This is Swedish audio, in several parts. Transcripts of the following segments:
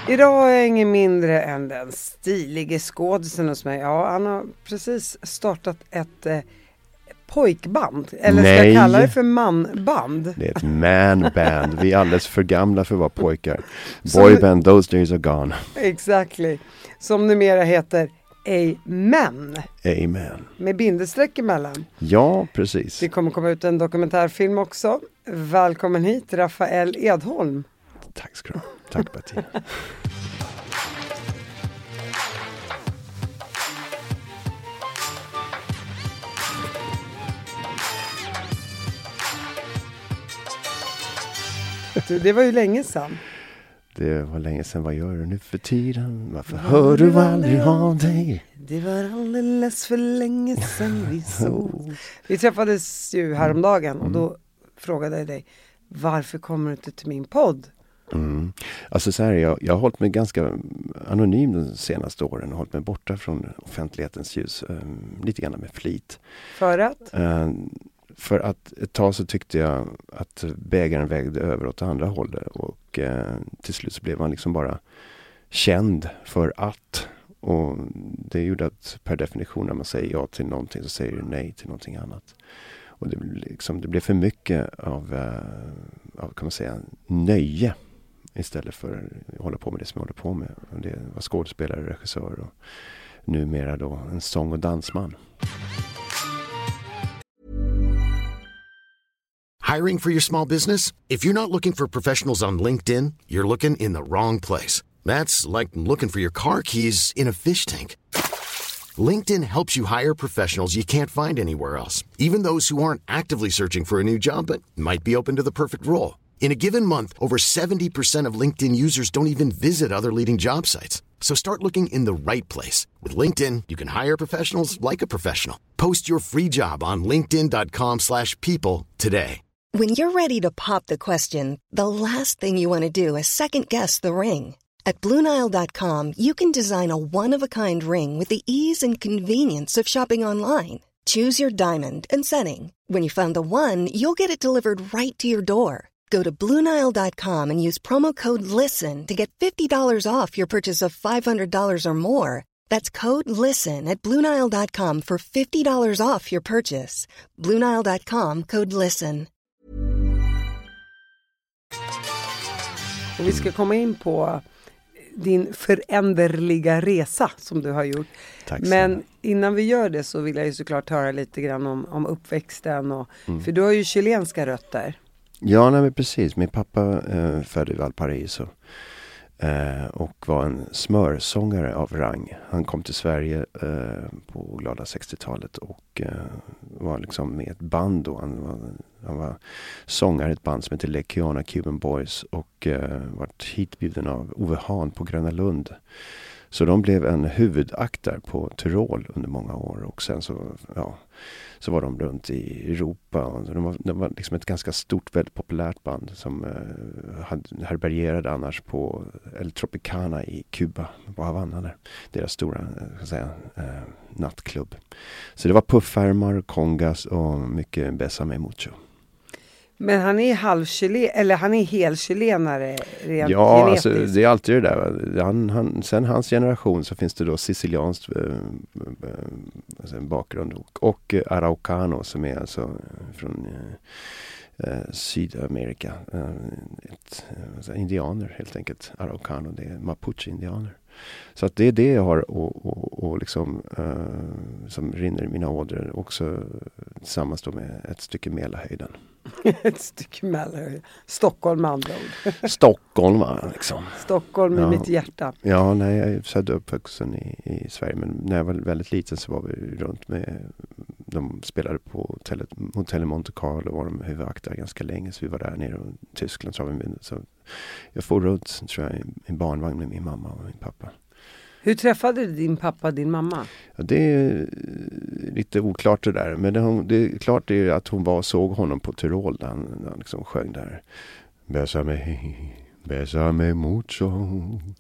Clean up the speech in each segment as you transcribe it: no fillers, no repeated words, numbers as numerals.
Idag har jag ingen mindre än den stilige skådisen hos mig. Ja, han har precis startat ett pojkband. Eller ska jag kalla det för manband? Det är ett manband. Vi är alldeles för gamla för att vara pojkar. Boyband, those days are gone. Exactly. Som numera heter Amen. Amen. Med bindestreck emellan. Ja, precis. Det kommer komma ut en dokumentärfilm också. Välkommen hit, Rafael Edholm. Tack ska du ha. Tack, Bettina. Det var ju länge sedan. Det var länge sedan. Vad gör du nu för tiden? Varför hör du aldrig av dig? Det var alldeles för länge sedan vi såg. Vi träffades ju häromdagen och då frågade jag dig, varför kommer du inte till min podd? Alltså så här, jag har hållit mig ganska anonym de senaste åren och hållit mig borta från offentlighetens ljus. Lite grann med flit. För att? För att ett tag så tyckte jag att bägaren vägde över åt andra hållet och till slut så blev man liksom bara känd för att. Och det gjorde att per definition när man säger ja till någonting så säger du nej till någonting annat. Och det blev för mycket av kan man säga, nöje istället för att hålla på med det som jag håller på med. Och det var skådespelare, regissör och numera då en sång- och dansman. Hiring for your small business? If you're not looking for professionals on LinkedIn, you're looking in the wrong place. That's like looking for your car keys in a fish tank. LinkedIn helps you hire professionals you can't find anywhere else, even those who aren't actively searching for a new job but might be open to the perfect role. In a given month, over 70% of LinkedIn users don't even visit other leading job sites. So start looking in the right place. With LinkedIn, you can hire professionals like a professional. Post your free job on linkedin.com/people today. When you're ready to pop the question, the last thing you want to do is second-guess the ring. At BlueNile.com, you can design a one-of-a-kind ring with the ease and convenience of shopping online. Choose your diamond and setting. When you find the one, you'll get it delivered right to your door. Go to BlueNile.com and use promo code LISTEN to get $50 off your purchase of $500 or more. That's code LISTEN at BlueNile.com for $50 off your purchase. BlueNile.com, code LISTEN. Och vi ska komma in på din föränderliga resa som du har gjort. Tack. Men innan vi gör det så vill jag ju såklart höra lite grann om uppväxten. För du har ju chilenska rötter. Ja, nej, men precis. Min pappa födde i Valparaiso och var en smörsångare av rang. Han kom till Sverige på glada 60-talet och var liksom med ett band då. Han var sångare i ett band som heter Lekiona Cuban Boys och vart hitbjuden av Ove Hahn på Gröna Lund. Så de blev en huvudakt där på Tyrol under många år och sen så var de runt i Europa. Och de var liksom ett ganska stort, väldigt populärt band som härbärgerade annars på El Tropicana i Kuba, på Havanna där. Deras stora nattklubb. Så det var puffärmar, congas och mycket Bésame mucho. Men han är han är helchilenare rent ja, genetiskt. alltså, det är alltid det där. Sen hans generation så finns det då sicilianskt bakgrund och araucano som är alltså från Sydamerika. Indianer helt enkelt. Araucano, det är Mapuche-indianer. Så att det är det jag har och liksom, som rinner i mina ådror också tillsammans då med ett stycke Mälarhöjden. Ett stycke Mälarhöjden. Stockholm med andra ord. Stockholm liksom. Stockholm i mitt hjärta. Ja, nej, jag är född och uppvuxen i Sverige. Men när jag var väldigt liten så var vi runt med... De spelade på Hotel Monte Carlo och var de huvudakter ganska länge. Så vi var där nere i Tyskland. Så jag får runt, tror jag, i en barnvagn med min mamma och min pappa. Hur träffade din pappa din mamma? Ja, det är lite oklart det där. Men det är klart det är att hon såg honom på Tyrol där han liksom sjöng där. Bésame mucho,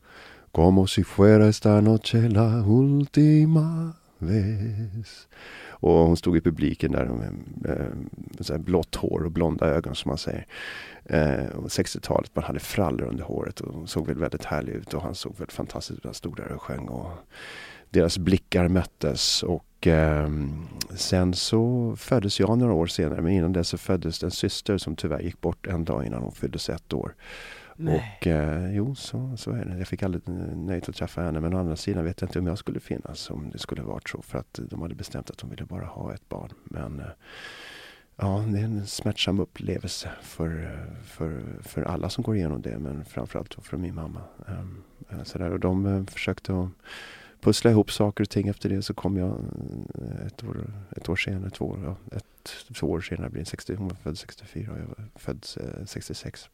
como si fuera esta noche la última vez. Och hon stod i publiken där med så här blått hår och blonda ögon som man säger. Och 60-talet, man hade frallor under håret och såg väl väldigt härlig ut och han såg väldigt fantastiskt ut. Han stod där och sjöng och deras blickar möttes och sen så föddes jag några år senare, men innan det så föddes en syster som tyvärr gick bort en dag innan hon fylldes 1 år. Nej. Och jo, så är det. Jag fick aldrig nöjt att träffa henne, men å andra sidan vet jag inte om jag skulle finnas om det skulle varit så, för att de hade bestämt att de ville bara ha ett barn. Men ja, det är en smärtsam upplevelse för alla som går igenom det, men framförallt för min mamma. Sådär. Och de försökte att pussla ihop saker och ting. Efter det så kom jag ett år senare, 2 år senare blir det 60, hon var född 64 och jag var född 66.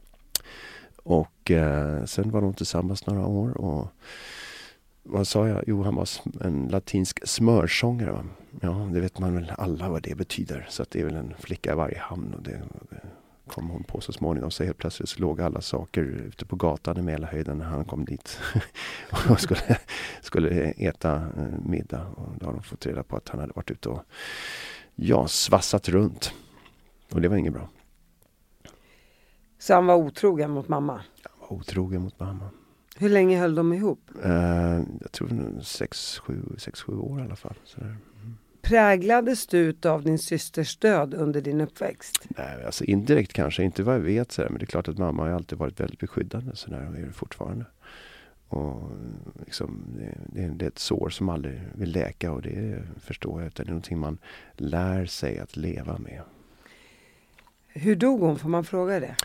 Och sen var de tillsammans några år och vad sa jag? Jo, han var en latinsk smörsångare. Va? Ja, det vet man väl alla vad det betyder. Så att det är väl en flicka i varje hamn och det kom hon på så småningom. Så helt plötsligt så låg alla saker ute på gatan i Mälarhöjden när han kom dit. Och skulle äta middag. Och då har de fått reda på att han hade varit ute och svassat runt. Och det var inget bra. Så han var otrogen mot mamma? Han var otrogen mot mamma. Hur länge höll de ihop? Jag tror 6-7 år i alla fall. Sådär. Präglades du av din systers död under din uppväxt? Nej, alltså indirekt kanske, inte vad jag vet. Sådär, men det är klart att mamma har alltid varit väldigt beskyddande sådär, och är det fortfarande. Och liksom, det är ett sår som aldrig vill läka och det förstår jag. Utan det är någonting man lär sig att leva med. Hur dog hon? Får man fråga det?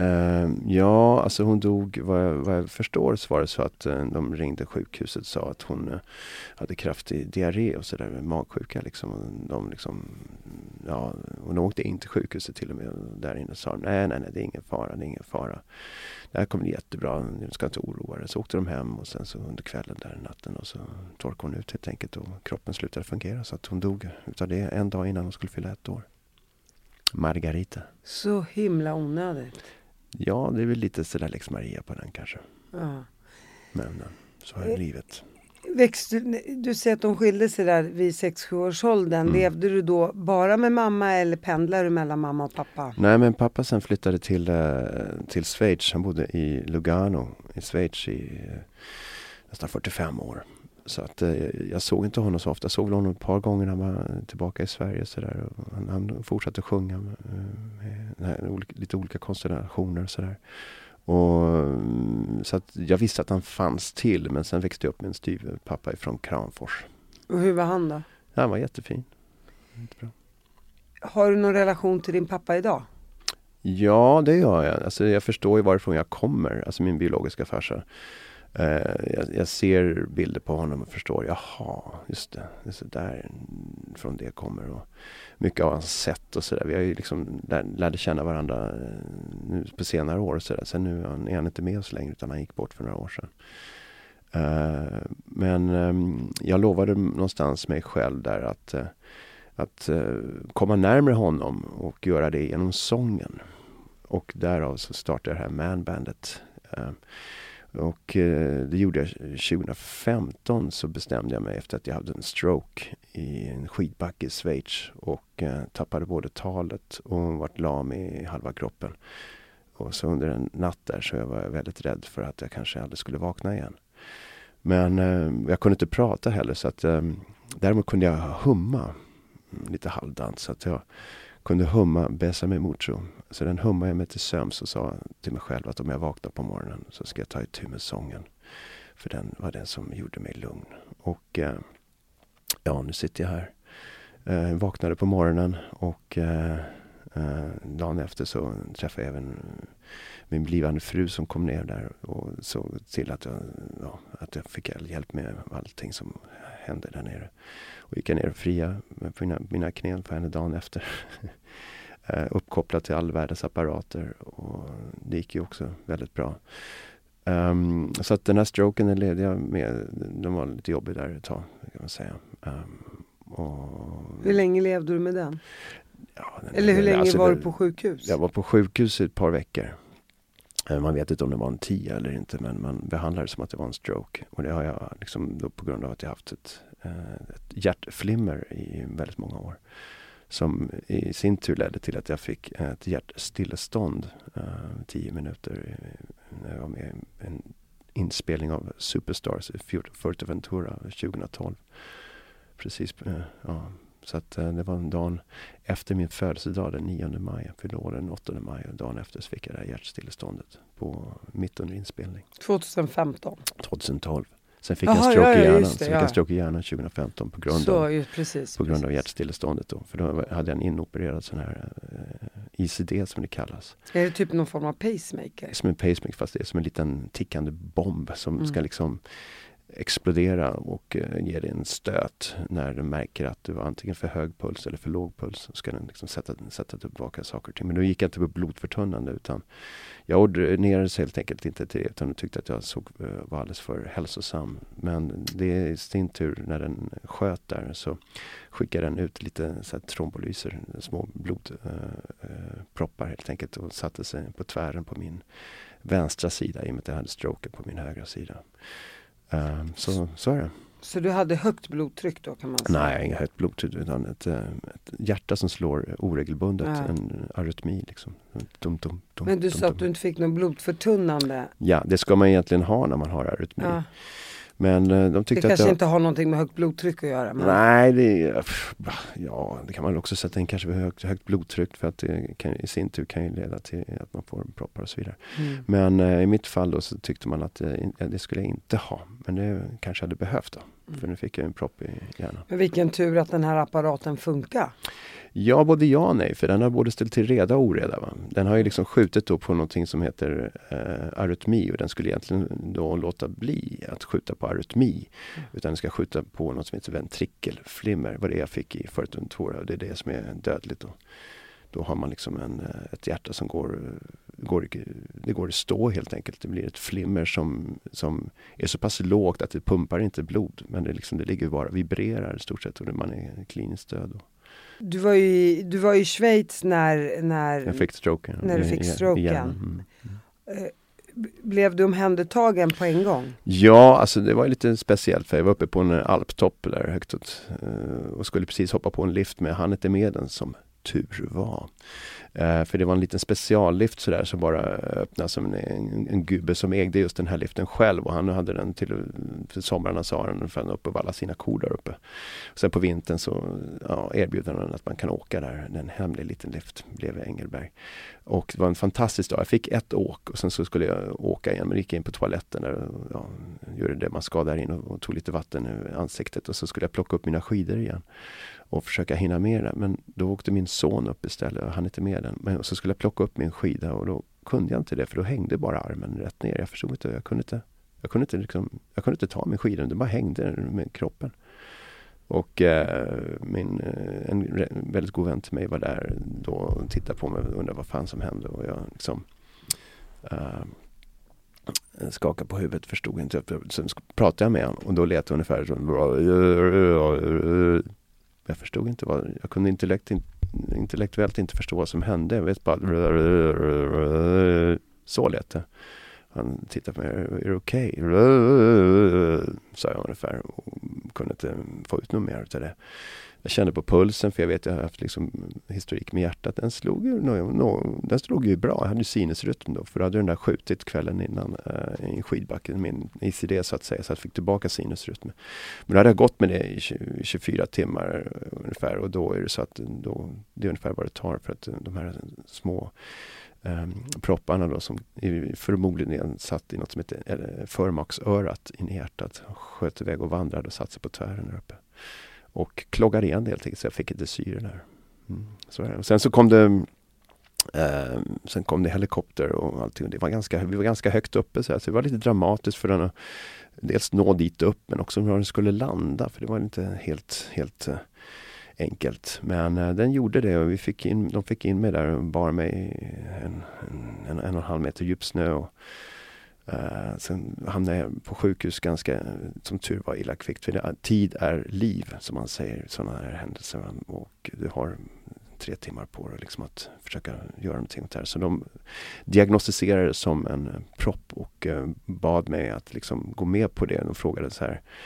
Ja, alltså hon dog, vad jag förstår så var det så att de ringde sjukhuset och sa att hon hade kraftig diarré och sådär, magsjuka liksom. Och de liksom, ja, hon åkte in till sjukhuset till och med och där inne sa nej, det är ingen fara. Det här kommer bli jättebra, ni ska inte oroa er. Så åkte de hem och sen så under kvällen där natten och så torkade hon ut helt enkelt och kroppen slutade fungera så att hon dog utav det en dag innan hon skulle fylla 1 år. Margarita. Så himla onödigt. Ja, det är väl lite sådär Lex Maria på den kanske. Ja. Men så är livet. Du säger att de skilde sig där vid 6-7 års åldern. Levde du då bara med mamma eller pendlade du mellan mamma och pappa? Nej, men pappa sen flyttade till Schweiz. Han bodde i Lugano i Schweiz i nästan 45 år. Så att jag såg inte honom så ofta. Jag såg honom ett par gånger när han var tillbaka i Sverige. Så där. Han fortsatte sjunga med lite olika konstellationer och sådär. Så att jag visste att han fanns till. Men sen växte jag upp med en styvpappa ifrån Kramfors. Och hur var han då? Han var jättefin. Jättebra. Har du någon relation till din pappa idag? Ja, det gör jag. Alltså, jag förstår ju varifrån jag kommer. Alltså min biologiska farsa. Jag ser bilder på honom och förstår, jaha, just det är så där från det kommer och mycket av hans sätt och sådär. Vi har ju liksom lärde känna varandra nu på senare år och sådär. Sen nu är han inte med oss längre utan han gick bort för några år sedan. Men jag lovade någonstans mig själv där att komma närmare honom och göra det genom sången. Och därav så startade det här manbandet. Och det gjorde jag 2015, så bestämde jag mig efter att jag hade en stroke i en skidbacke i Schweiz och tappade både talet och vart lam i halva kroppen. Och så under en natt där så jag var väldigt rädd för att jag kanske aldrig skulle vakna igen. Men jag kunde inte prata heller, så att däremot kunde jag humma lite halvdant, så att jag kunde humma Bésame mucho. Så den hummade jag mig till sömns och sa till mig själv att om jag vaknar på morgonen så ska jag ta itu med sången. För den var den som gjorde mig lugn. Och ja, nu sitter jag här. Vaknade på morgonen och dagen efter så träffade jag även min blivande fru som kom ner där och såg till att jag fick hjälp med allting som hände där nere. Och gick jag ner och fria med mina knän för henne dagen efter. Uppkopplat till all världens apparater, och det gick ju också väldigt bra. Så att den här stroken den levde jag med. Den var lite jobbig där ett tag, kan man säga. Hur länge levde du med den? Ja, eller hur länge var du på sjukhus? Jag var på sjukhus i ett par veckor. Man vet inte om det var en 10 eller inte, men man behandlade det som att det var en stroke. Och det har jag liksom då på grund av att jag haft ett hjärtflimmer i väldigt många år. Som i sin tur ledde till att jag fick ett hjärtstillestånd 10 minuter när jag var med i en inspelning av Superstars i Fuerteventura 2012. Precis, ja. Så att det var en dag efter min födelsedag, den 9 maj. Jag fyllde år den 8 maj och dagen efter så fick jag det här hjärtstilleståndet mitt under inspelning. 2015? 2012. Sen fick jag stroke i hjärnan. Sen fick jag stroke i hjärnan 2015 på grund av hjärtstilleståndet då. För då hade jag en inopererad sån här ICD som det kallas. Är det typ någon form av pacemaker? Som en pacemaker, fast det är som en liten tickande bomb som ska liksom explodera och ge dig en stöt när du märker att du har antingen för hög puls eller för låg puls. Så ska den liksom sätta tillbaka saker och ting. Men då gick jag inte på blodförtunnande, utan jag ordinerades helt enkelt inte till det, utan jag tyckte att jag var alldeles för hälsosam. Men det är i sin tur, när den sköt där, så skickade den ut lite så här trombolyser, små blodproppar helt enkelt, och satte sig på tvären på min vänstra sida i och med att jag hade stroke på min högra sida. Så är det. Så du hade högt blodtryck då, kan man säga? Nej, inget högt blodtryck, utan ett hjärta som slår oregelbundet, en arytmi liksom. Men du sa att du inte fick någon blodförtunnande? Ja, det ska man egentligen ha när man har arytmi. Ja. Men de tyckte det kanske inte har någonting med högt blodtryck att göra. Men... Nej, det kan man också sätta in kanske med högt blodtryck, för att det i sin tur kan ju leda till att man får proppar och så vidare. Men i mitt fall då så tyckte man att det skulle jag inte ha. Men det kanske hade behövt då. För nu fick jag en propp i hjärnan. Men vilken tur att den här apparaten funkar. Ja, både ja och nej. För den har både ställt till reda och oreda. Va? Den har ju liksom skjutit då på någonting som heter arytmi. Och den skulle egentligen då låta bli att skjuta på arytmi. Utan den ska skjuta på något som heter ventrikelflimmer. Vad det jag fick i Fuerteventura. Och det är det som är dödligt. Då har man liksom ett hjärta som går i stå helt enkelt. Det blir ett flimmer som är så pass lågt att det pumpar inte blod. Men det ligger bara vibrerar i stort sett, och man är kliniskt död. Du var i Schweiz när jag fick stroken. När du fick stroken. Blev du omhändertagen på en gång? Ja, alltså det var lite speciellt, för jag var uppe på en alptopp där högt och skulle precis hoppa på en lift, men jag hann inte med den som tur var. För det var en liten speciallift sådär som bara öppnade som en gubbe som ägde just den här liften själv, och han hade den för somrarna, sa han, för han uppe av alla sina kor där uppe. Sen på vintern så erbjuder han att man kan åka där, en hemlig liten lift bredvid Engelberg. Och det var en fantastisk dag. Jag fick ett åk och sen så skulle jag åka igen, men gick in på toaletten där, gjorde det man ska där in och tog lite vatten i ansiktet, och så skulle jag plocka upp mina skidor igen och försöka hinna med det. Men då åkte min son upp istället och han inte med den. Men så skulle jag plocka upp min skida, och då kunde jag inte det, för då hängde bara armen rätt ner. Jag förstod inte, jag kunde inte ta min skida, det bara hängde med kroppen. Och en väldigt god vän till mig var där då och tittade på mig och undrade vad fan som hände, och jag liksom skakade på huvudet, förstod inte. Sen pratade jag med honom och då lät det ungefär så. Jag förstod inte jag kunde intellektuellt inte förstå vad som hände. Jag vet bara så lät det. Han tittade på mig, är det okej? Sa jag ungefär, och kunde inte få ut något mer av det. Jag kände på pulsen, för jag vet att jag har haft liksom historik med hjärtat. Den slog ju bra. Jag hade ju sinusrytm då, för då hade den där skjutit kvällen innan i skidbacken, min ICD så att säga, så jag fick tillbaka sinusrytmen. Men då hade jag gått med det i 24 timmar ungefär, och då är det så att det är ungefär vad det tar för att de här små propparna då, som förmodligen satt i något som heter förmaksörat in i hjärtat, sköt iväg och vandrade och satt sig på tvären där uppe. Och kloggade igen helt enkelt, så jag fick inte syre där. Så är det. Och sen så kom det helikopter och allting. Vi var ganska högt uppe, så det var lite dramatiskt för den att dels nå dit upp, men också när den skulle landa, för det var inte helt enkelt. Men den gjorde det, och de fick in mig där och bar mig en och en halv meter djup snö, och sen hamnade jag på sjukhus ganska, som tur var, illa kvickt. För tid är liv, som man säger, sådana här händelser. Och du har 3 timmar på dig liksom att försöka göra någonting åt det här. Så de diagnostiserade det som en propp och bad mig att liksom gå med på det. De frågade så här,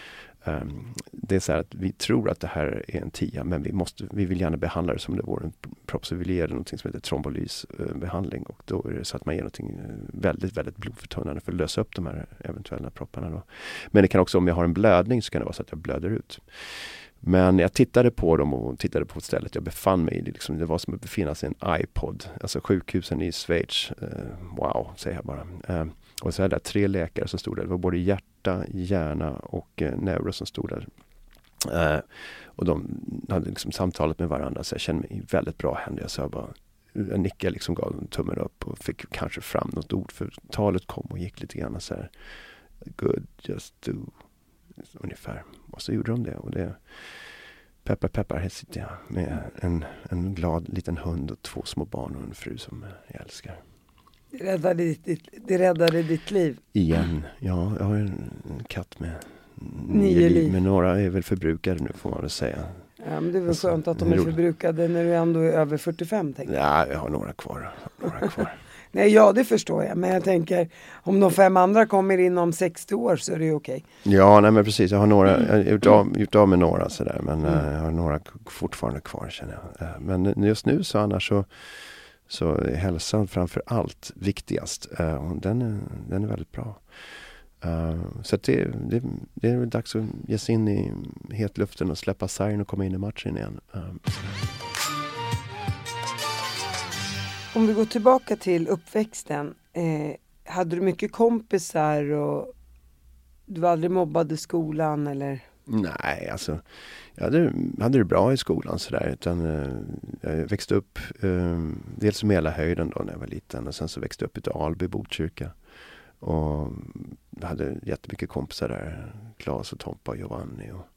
Det är så här att vi tror att det här är en 10, men vi vill gärna behandla det som det vore en propp, så vi vill ge det något som heter trombolysbehandling, och då är det så att man ger något väldigt, väldigt blodförtunnande för att lösa upp de här eventuella propparna då. Men det kan också, om jag har en blödning, så kan det vara så att jag blöder ut. Men jag tittade på dem och tittade på stället jag befann mig i. Liksom, det var som att befinna sig i en iPod. Alltså sjukhusen i Schweiz. Wow, säger jag bara. Och så är det 3 läkare som stod där. Det var både hjärta, hjärna och neuro som stod där. Och de hade liksom samtalet med varandra. Så jag kände mig i väldigt bra händer. Så jag nickade, liksom gav en tummen upp och fick kanske fram något ord. För talet kom och gick lite grann så här. Good, just do. Ungefär. Och så gjorde de det. Och det peppar, här sitter jag med en glad liten hund och 2 små barn och en fru som jag älskar. Det räddade ditt liv? Igen. Ja, jag har en katt med 9 liv. Men några är väl förbrukade nu, får man väl säga. Ja, men det är väl skönt att de är förbrukade när du ändå är över 45, tänker jag. Ja, jag har några kvar. Nej, ja, det förstår jag. Men jag tänker, om de 5 andra kommer inom 60 år så är det ju okej. Ja, nej men precis. Jag har några, jag har gjort av med några sådär. Men jag har några fortfarande kvar, känner jag. Men just nu så annars så är hälsan framför allt viktigast. Och den är väldigt bra. Så att det är dags att ge sig in i hetluften och släppa sargen och komma in i matchen igen. Om vi går tillbaka till uppväxten, hade du mycket kompisar och du var aldrig mobbad i skolan, eller? Nej, alltså jag hade det bra i skolan sådär, utan jag växte upp dels i Mälarhöjden då när jag var liten, och sen så växte jag upp i Alby, Botkyrka, och jag hade jättemycket kompisar där, Claes och Tompa och Giovanni, och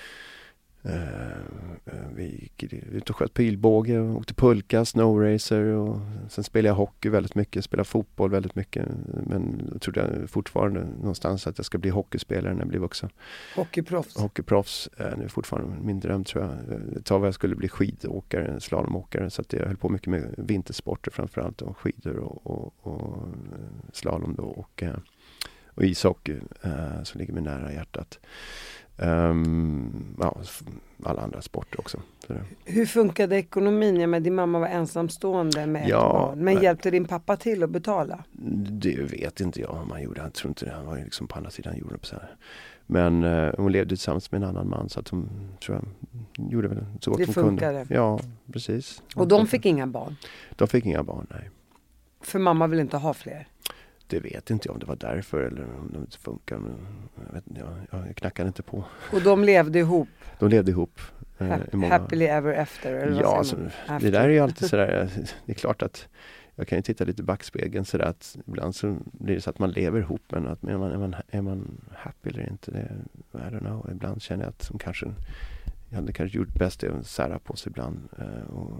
vi gick ut och sköt pilbåge och åkte pulka, snowracer, och sen spelade jag hockey väldigt mycket, spelade fotboll väldigt mycket, men jag trodde jag fortfarande någonstans att jag ska bli hockeyspelare när jag blir vuxen. Hockeyproffs är fortfarande min dröm, tror jag. Ett tag jag skulle bli skidåkare, slalomåkare, så att jag höll på mycket med vintersporter framförallt, och skidor och slalom då, och ishockey som ligger mig nära hjärtat. Alla andra sporter också. Hur funkade ekonomin? Ja, men din mamma var ensamstående med ett barn. Men hjälpte din pappa till att betala? Det vet inte jag om han gjorde. Jag tror inte det. Han var ju liksom på andra sidan jorden. Så här. Men hon levde tillsammans med en annan man, så att hon, tror jag, gjorde väl så gott hon kunde. Ja, precis. Och de fick inga barn? De fick inga barn, nej. För mamma vill inte ha fler? Det vet inte jag om det var därför eller om det inte funkar. Men jag knackade inte på. Och de levde ihop? De levde ihop. Happily ever after? Eller ja, alltså, det där är ju alltid sådär. Det är klart att jag kan ju titta lite i backspegeln sådär, att ibland så blir det så att man lever ihop, men att är man happy eller inte, det, I don't know. Ibland känner jag att jag hade kanske gjort bäst att sära på sig ibland och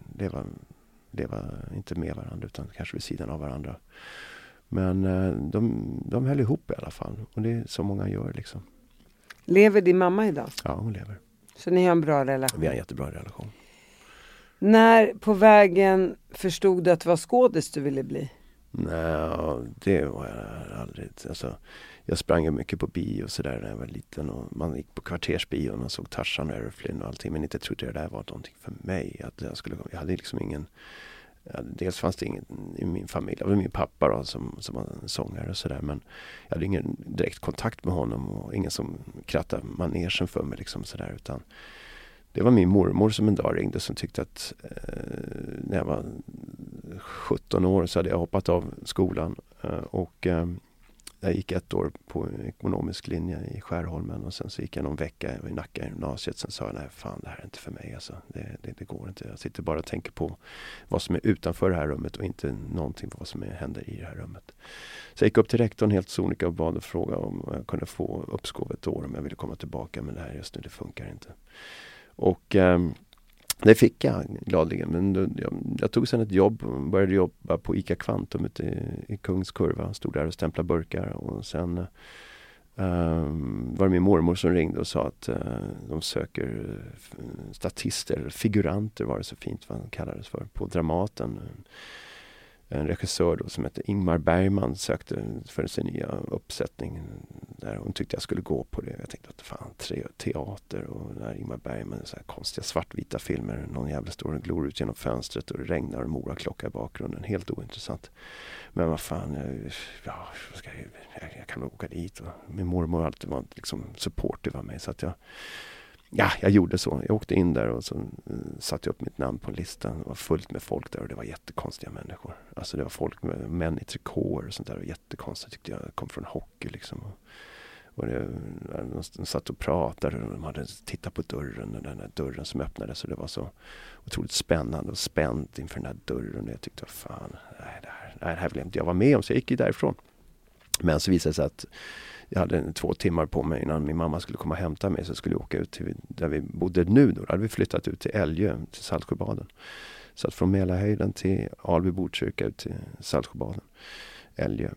leva inte med varandra utan kanske vid sidan av varandra. Men de höll ihop i alla fall. Och det är så många gör liksom. Lever din mamma idag? Ja, hon lever. Så ni har en bra relation? Vi har en jättebra relation. När på vägen förstod du att det var skådis du ville bli? Nej, det var jag aldrig. Alltså, jag sprang mycket på bio och sådär när jag var liten. Och man gick på kvartersbion och såg Tarzan och Aeroflin och allting. Men inte trodde jag det där var någonting för mig. Att jag hade liksom ingen... Ja, dels fanns det ingen i min familj. Det var min pappa då, som var en sångare och sådär. Men jag hade ingen direkt kontakt med honom. Och ingen som krattade manegen för mig liksom sådär. Utan det var min mormor som en dag ringde som tyckte att när jag var 17 år så hade jag hoppat av skolan. Och jag gick 1 år på ekonomisk linje i Skärholmen. Och sen så gick jag någon vecka i Nacka i gymnasiet. Sen sa jag, nej fan, det här är inte för mig. Alltså. Det går inte. Jag sitter bara och tänker på vad som är utanför det här rummet och inte någonting på vad som händer i det här rummet. Så jag gick upp till rektorn helt sonika och bad och frågade om jag kunde få uppskov 1 år om jag ville komma tillbaka. Men det här just nu, det funkar inte. Och det fick jag gladligen. Men jag tog sedan ett jobb och började jobba på ICA Kvantum ute i Kungskurva. Stod där och stämplade burkar. Och sen var det min mormor som ringde och sa att de söker statister, figuranter var det så fint vad de kallades för, på Dramaten. en regissör då som hette Ingmar Bergman sökte för sin nya uppsättning där. Hon tyckte jag skulle gå på det. Jag tänkte att fan, teater och där Ingmar Bergman, så här konstiga svartvita filmer. Någon jävla stor glor ut genom fönstret och det regnar och moraklocka i bakgrunden. Helt ointressant. Men vad fan, jag kan nog åka dit. Och min mormor alltid var liksom supportive av mig, så att jag gjorde så. Jag åkte in där och så satte jag upp mitt namn på listan. Det var fullt med folk där och det var jättekonstiga människor. Alltså det var folk med män i trikåer och sånt där. Och jättekonstigt tyckte jag. Kom från hockey liksom. Och de satt och pratade och de hade tittat på dörren. Och den där dörren som öppnades. Så det var så otroligt spännande och spänt inför den där dörren. Och jag tyckte, fan, det här vill inte jag vara med om. Så jag gick ju därifrån. Men så visade det sig att jag hade 2 timmar på mig innan min mamma skulle komma och hämta mig, så skulle jag åka ut till där vi bodde nu. Då hade vi flyttat ut till Älgö, till Saltsjöbaden. Så att från Mälarhöjden till Alby Botkyrka ut till Saltsjöbaden, Älgö.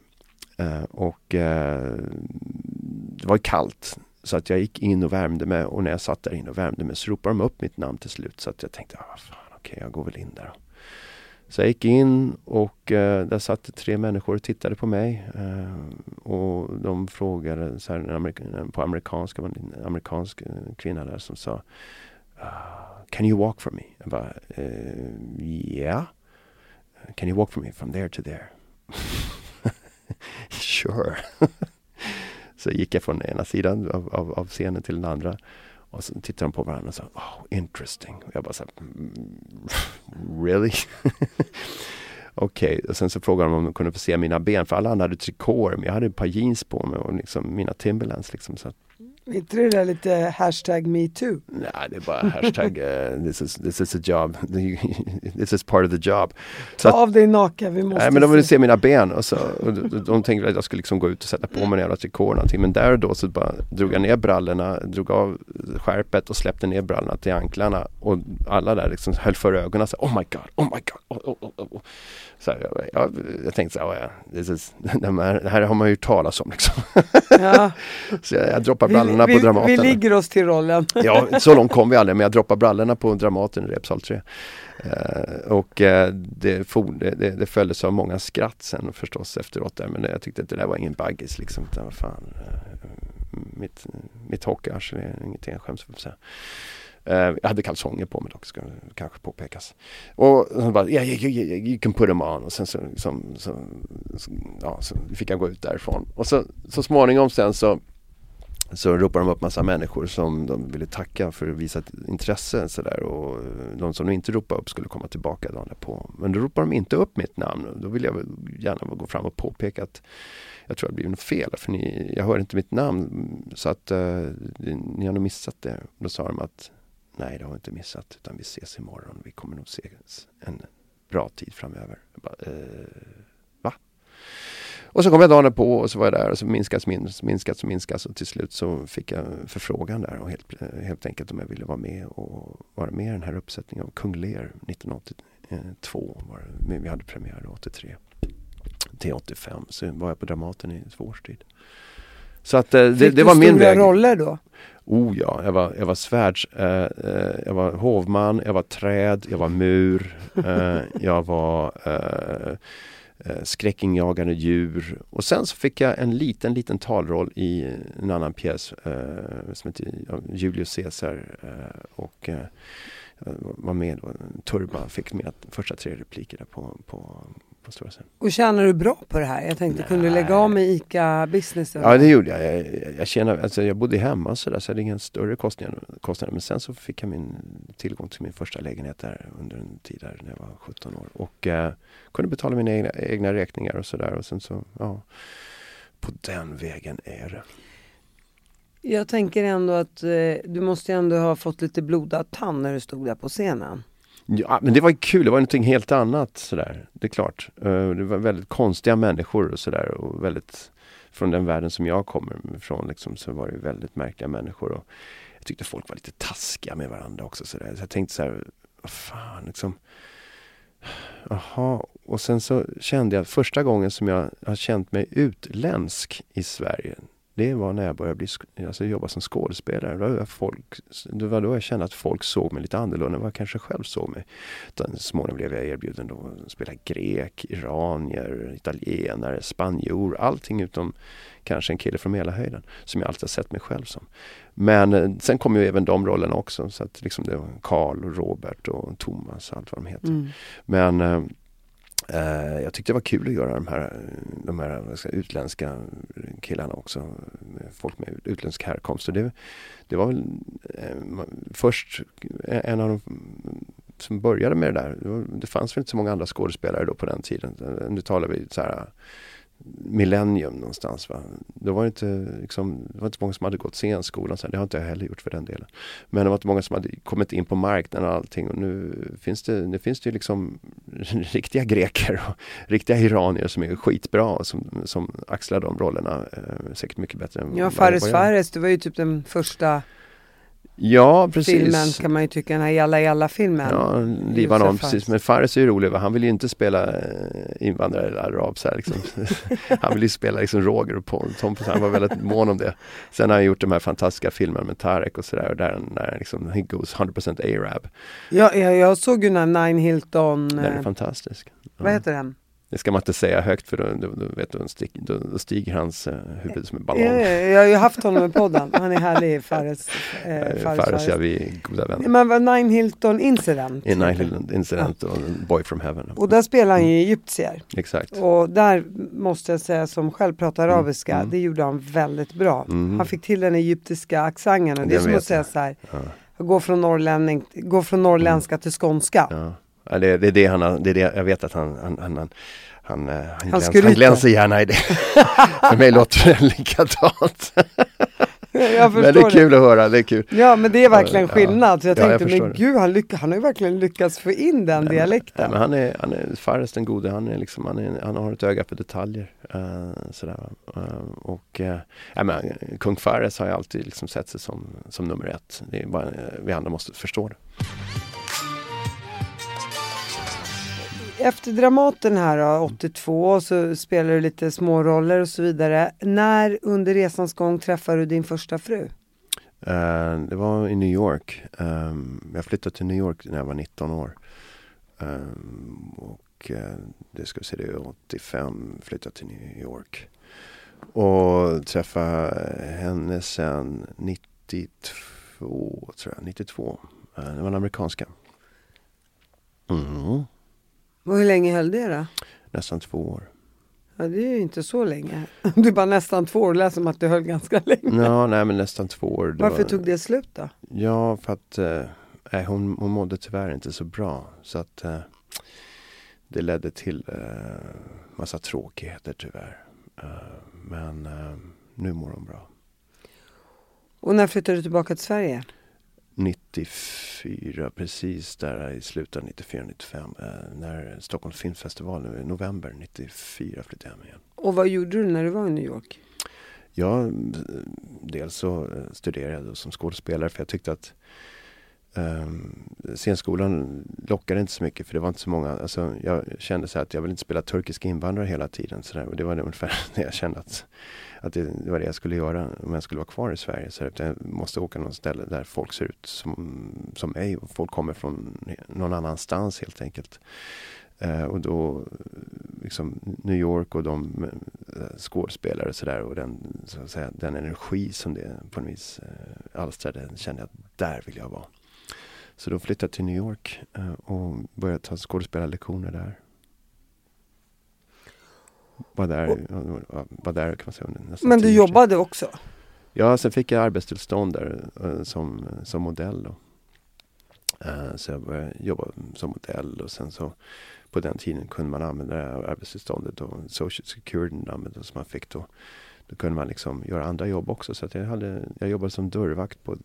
Det var kallt, så att jag gick in och värmde mig, och när jag satt där inne och värmde mig så ropade de upp mitt namn till slut, så att jag tänkte, okej, jag går väl in där. Så jag gick in och där satt 3 människor och tittade på mig. Och de frågade så här, på amerikanska, en amerikansk kvinna där som sa, can you walk for me? Jag bara, yeah. Can you walk for me from there to there? Sure. Så gick jag från ena sidan av scenen till den andra. Och så tittade de på varandra och sa, interesting. Och jag bara så här, really? Okej. Och sen så frågade de om de kunde få se mina ben. För alla andra hade trikåer, men jag hade ett par jeans på mig och liksom mina Timberlands liksom. Så. Inte det där lite #MeToo? Nej, det är bara hashtag this is a job. This is part of the job. Ta av dig naken, vi måste. Nej, men de ville se mina ben och de tänkte att jag skulle liksom gå ut och sätta på mig några trikåer någonting. Men där och då så bara drog jag ner brallorna, drog av skärpet och släppte ner brallorna till anklarna, och alla där liksom höll för ögonen och sa, oh my god. Så jag tänkte så här, det här har man ju talat om liksom. Ja. Så jag droppar brallorna på Dramaten. Vi ligger oss till rollen. Ja, så långt kom vi aldrig, men jag droppar brallorna på Dramaten i Repsal 3. Det följdes av många skratt sen förstås efteråt där, men jag tyckte att det där var ingen baggis liksom, utan vad fan, mitt hockeyarsel är ingenting jag skäms för att säga. Jag hade kalsonger på mig dock, ska kanske påpekas. Och så bara, you can put them on. Och sen så fick jag gå ut därifrån. Och så småningom sen så ropade de upp massa människor som de ville tacka för att visa ett intresse så där, och de som de inte ropade upp skulle komma tillbaka dagen på. Men då ropade de inte upp mitt namn. Då ville jag gärna gå fram och påpeka att jag tror att det blir något fel, för jag hör inte mitt namn, så att ni har nog missat det. Då sa de att nej, det har vi inte missat, utan vi ses imorgon. Vi kommer nog ses en bra tid framöver. Jag bara, va? Och så kom jag dagen på och så var jag där och så minskas och till slut så fick jag förfrågan där och helt enkelt om jag ville vara med i den här uppsättningen av Kung Lear 1982. Vi hade premiär 83 till 85, så var jag på Dramaten i 2 års tid. Så att det var min väg. Fick du roller då? Ja, jag var svärds, jag var hovman, jag var träd, jag var mur, jag var skräckinjagande djur. Och sen så fick jag en liten talroll i en annan pjäs som heter Julius Caesar, och var med då. Turba fick med första 3 repliker där på stora scen. Och tjänar du bra på det här? Jag tänkte, kunde du lägga av med ICA-business? Ja, det gjorde jag. Jag tjänade, alltså jag bodde hemma så där, så det är ingen större kostnad. Men sen så fick jag tillgång till min första lägenhet där under en tid där när jag var 17 år. Och kunde betala mina egna räkningar och sådär. Och sen så, ja, på den vägen är det. Jag tänker ändå att du måste ändå ha fått lite blodad tand när du stod där på scenen. Ja, men det var kul. Det var någonting helt annat sådär. Det är klart. Det var väldigt konstiga människor och sådär. Och väldigt, från den världen som jag kommer ifrån liksom, så var det väldigt märkliga människor. Och jag tyckte folk var lite taskiga med varandra också sådär. Så jag tänkte såhär, vad fan liksom. Jaha. Och sen så kände jag första gången som jag har känt mig utländsk i Sverige. det var när jag började jobba som skådespelare. Det var då jag kände att folk såg mig lite annorlunda än vad jag kanske själv såg mig. Småningom blev jag erbjuden då att spela grek, iranier, italienare, spanjor, allting utom kanske en kille från Mälarhöjden som jag alltid har sett mig själv som. Men sen kom ju även de rollerna också, så att liksom det var Carl och Robert och Thomas och allt vad de heter. Men jag tyckte det var kul att göra de här utländska killarna också, folk med utländsk härkomst. Så det var väl först en av de som började med det där. Det fanns väl inte så många andra skådespelare då på den tiden. Nu talar vi så här millennium någonstans, va. Då var det inte många som hade gått scenskolan, så det har inte jag heller gjort för den delen. Men det var inte många som hade kommit in på marknaden och allting, och nu finns det ju liksom riktiga greker och riktiga iranier som är skitbra och som axlar de rollerna säkert mycket bättre än Fares, det var ju typ den första filmen, kan man ju tycka, den här Jalla-Jalla-filmen. Ja, Libanon, precis. Men Fares är ju rolig, han vill ju inte spela invandrare eller arab så här, liksom. Han vill ju spela liksom Roger och Paul. Han var väldigt mån om det. Sen har han gjort de här fantastiska filmerna med Tarek och sådär, och där liksom, he goes 100% Arab. Ja, jag såg ju den Nine Hilton. Den är fantastisk. Vad heter den? Det ska man inte säga högt, för då stiger hans huvud som en ballong. Jag har ju haft honom i podden. Han är härlig, Fares. Fares, ja, vi är goda vänner. Men vad Nine Hilton Incident? Nine Hilton Incident och Boy from Heaven. Och där spelar han ju egyptier. Exakt. Och där måste jag säga, som själv pratar arabiska, det gjorde han väldigt bra. Han fick till den egyptiska accenten, och det är som att säga så här, gå från norrländska till skånska. Ja. Ja, det är det han har, jag vet att han glänser gärna i det. För mig låter det likadant. Men det är kul att höra, det är kul. Ja, men det är verkligen skillnad. Så jag tänkte, men gud, han har ju verkligen lyckats få in den dialekten. Men han är Fares den gode, han har ett öga för detaljer. Sådär. Och men kung Fares har ju alltid liksom sett sig som nummer 1. Det är bara, vi andra måste förstå det. Efter Dramaten här då, 82, så spelar du lite små roller och så vidare. När under resans gång träffade du din första fru? Det var i New York. Jag flyttade till New York när jag var 19 år. Och det ska vi se, det är 85 flyttade till New York. Och träffade henne sen 92, tror jag. 92. Det var en amerikanska. Och hur länge höll det då? Nästan 2 år. Ja, det är ju inte så länge. Du bara nästan 2 år, lät som att du höll ganska länge. Ja, nej, men nästan 2 år. Varför tog det slut då? Ja, för att hon mådde tyvärr inte så bra. Så att det ledde till massa tråkigheter tyvärr. Men nu mår hon bra. Och när flyttade du tillbaka till Sverige? 94, precis där i slutet av 94-95, när Stockholms filmfestival i november 94 flyttade jag hem igen. Och vad gjorde du när du var i New York? Ja, dels så studerade jag som skådespelare, för jag tyckte att scenskolan lockade inte så mycket, för det var inte så många, alltså jag kände så här att jag vill inte spela turkiska invandrare hela tiden så där, och det var ungefär när jag kände att det var det jag skulle göra om jag skulle vara kvar i Sverige, så att jag måste åka någon ställe där folk ser ut som mig, och folk kommer från någon annanstans helt enkelt. Och då liksom New York och de skådespelare så där, och den energi som det på något vis alstrade, kände jag att där vill jag vara. Så då flyttade jag till New York och började ta skådespelarlektioner där. Var där kan man säga. Men du jobbade också? Ja, sen fick jag arbetstillstånd där som modell då. Så jag började jobba som modell, och sen så på den tiden kunde man använda det här arbetstillståndet och Social Security använda som man fick då. Då kunde man liksom göra andra jobb också, så att jag jobbade som dörrvakt på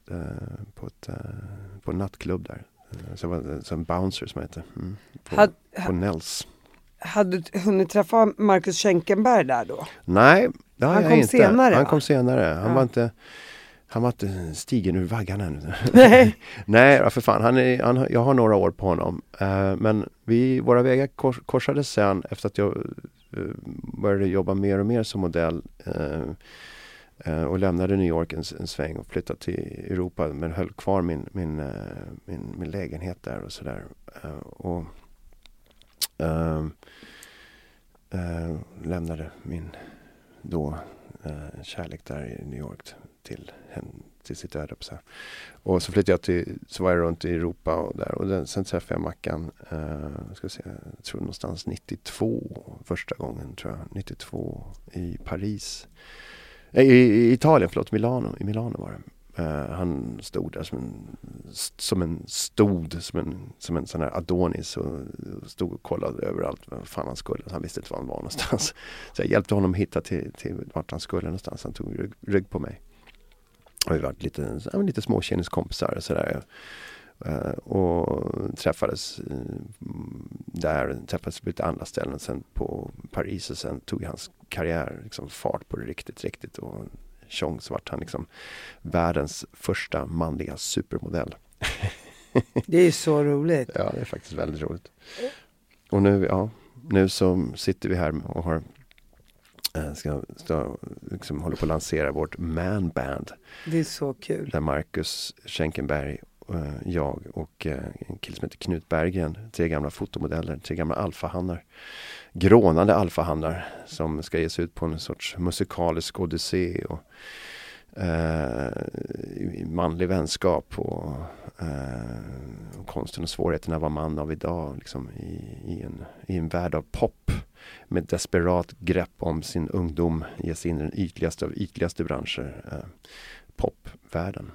en nattklubb där. Så jag var som bouncer som heter. På Nels. Hade du hunnit träffa Marcus Schenkenberg där då? Nej, det har jag inte. Senare, han kom senare. Han var inte stigen ur vaggan ännu. Nej. Nej, för fan. Jag har några år på honom. Men våra vägar korsades sen efter att jag började jobba mer och mer som modell. Och lämnade New York en sväng och flyttade till Europa, men höll kvar min lägenhet där och sådär. Och lämnade min då kärlek där i New York till sitt öde. Och så flyttade jag så var jag runt i Europa och där. Och sen träffade jag Mackan, jag tror någonstans 92 första gången, tror jag. 92 i Paris. I Italien, Milano. I Milano var det. Han stod där som en sån här Adonis och stod och kollade överallt vad fan han skulle. Han visste inte var han var någonstans. Så jag hjälpte honom hitta till vart han skulle någonstans. Han tog rygg på mig. Och vi var lite småkänniskompisar och sådär. Och träffades på lite andra ställen. Sen på Paris, och sen tog hans karriär liksom fart på det riktigt. Och tjong så vart han liksom världens första manliga supermodell. Det är så roligt. Ja, det är faktiskt väldigt roligt. Och nu så sitter vi här och har ska liksom hålla på att lansera vårt Man Band. Det är så kul. Där Marcus Schenkenberg, jag och en kille som heter Knut Berggren, 3 gamla fotomodeller, 3 gamla alfahannar, grånande alfahannar, som ska ge sig ut på en sorts musikalisk odyssé och manlig vänskap och konsten och svårigheterna att vara man av idag, liksom i en värld av pop, med desperat grepp om sin ungdom, ge sig in i den ytligaste av ytligaste branscher, popvärlden.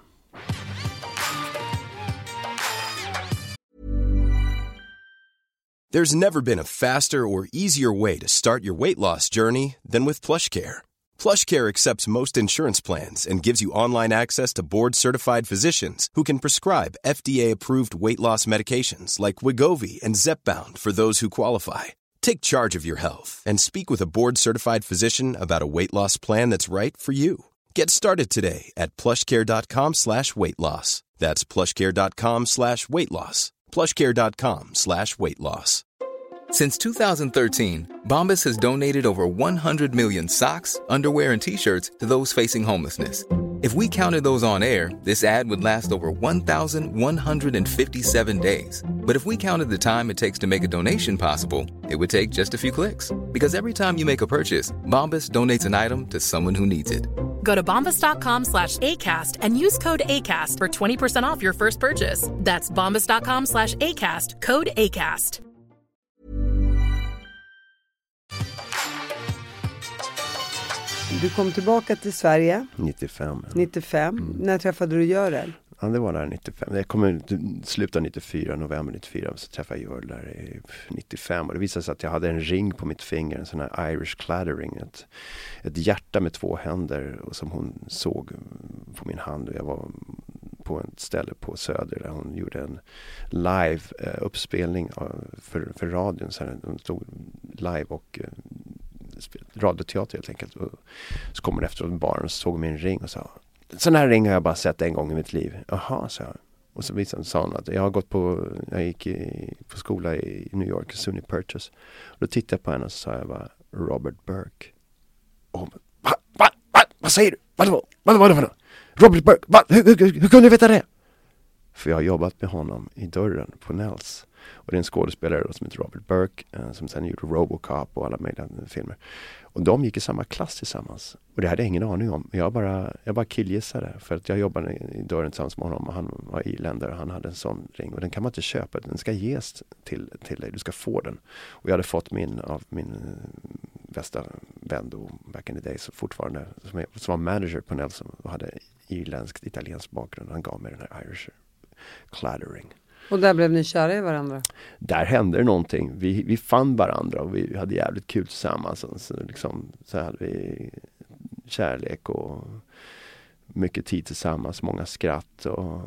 There's never been a faster or easier way to start your weight loss journey than with PlushCare. PlushCare accepts most insurance plans and gives you online access to board-certified physicians who can prescribe FDA-approved weight loss medications like Wegovy and Zepbound for those who qualify. Take charge of your health and speak with a board-certified physician about a weight loss plan that's right for you. Get started today at plushcare.com/weightloss. That's plushcare.com/weightloss. plushcare.com/weightloss. Since 2013, Bombas has donated over 100 million socks, underwear, and T-shirts to those facing homelessness. If we counted those on air, this ad would last over 1,157 days. But if we counted the time it takes to make a donation possible, it would take just a few clicks. Because every time you make a purchase, Bombas donates an item to someone who needs it. Go to bombas.com/ACAST and use code ACAST for 20% off your first purchase. That's bombas.com/ACAST, code ACAST. Du kom tillbaka till Sverige 95. När träffade du Görel? Ja, det var där 95. Jag kommer sluta 94, november 94, så träffade jag Görel där i 95. Och det visade sig att jag hade en ring på mitt finger, en sån här Irish claddering, ett hjärta med 2 händer, och som hon såg på min hand. Och jag var på ett ställe på Söder där hon gjorde en live uppspelning för radion. Så hon stod live och radioteater helt enkelt. Och så kom hon efteråt med baren och såg min ring och sa: sån här ring har jag bara sett en gång i mitt liv. Jaha, sa jag. Och så sa hon att jag gick på skola i New York, SUNY Purchase. Och då tittade jag på henne och så sa jag bara: Robert Burke. Och vad säger du? Vad var det för något? Robert Burke, hur kunde du veta det? För jag har jobbat med honom i dörren på Nels. Och det är en skådespelare som heter Robert Burke, som sen gjorde Robocop och alla möjliga filmer. Och de gick i samma klass tillsammans. Och det hade jag ingen aning om. Jag bara killgissade, för att jag jobbade i dörren tillsammans med honom, och han var irländare och han hade en sån ring. Och den kan man inte köpa, den ska ges till dig, du ska få den. Och jag hade fått av min bästa vän då, back in the days, fortfarande, som var manager på Nelson och hade italiensk bakgrund. Han gav mig den här Irish claddering. Och där blev ni kära i varandra? Där hände det någonting. Vi fann varandra och vi hade jävligt kul tillsammans. Så hade vi kärlek och mycket tid tillsammans, många skratt, och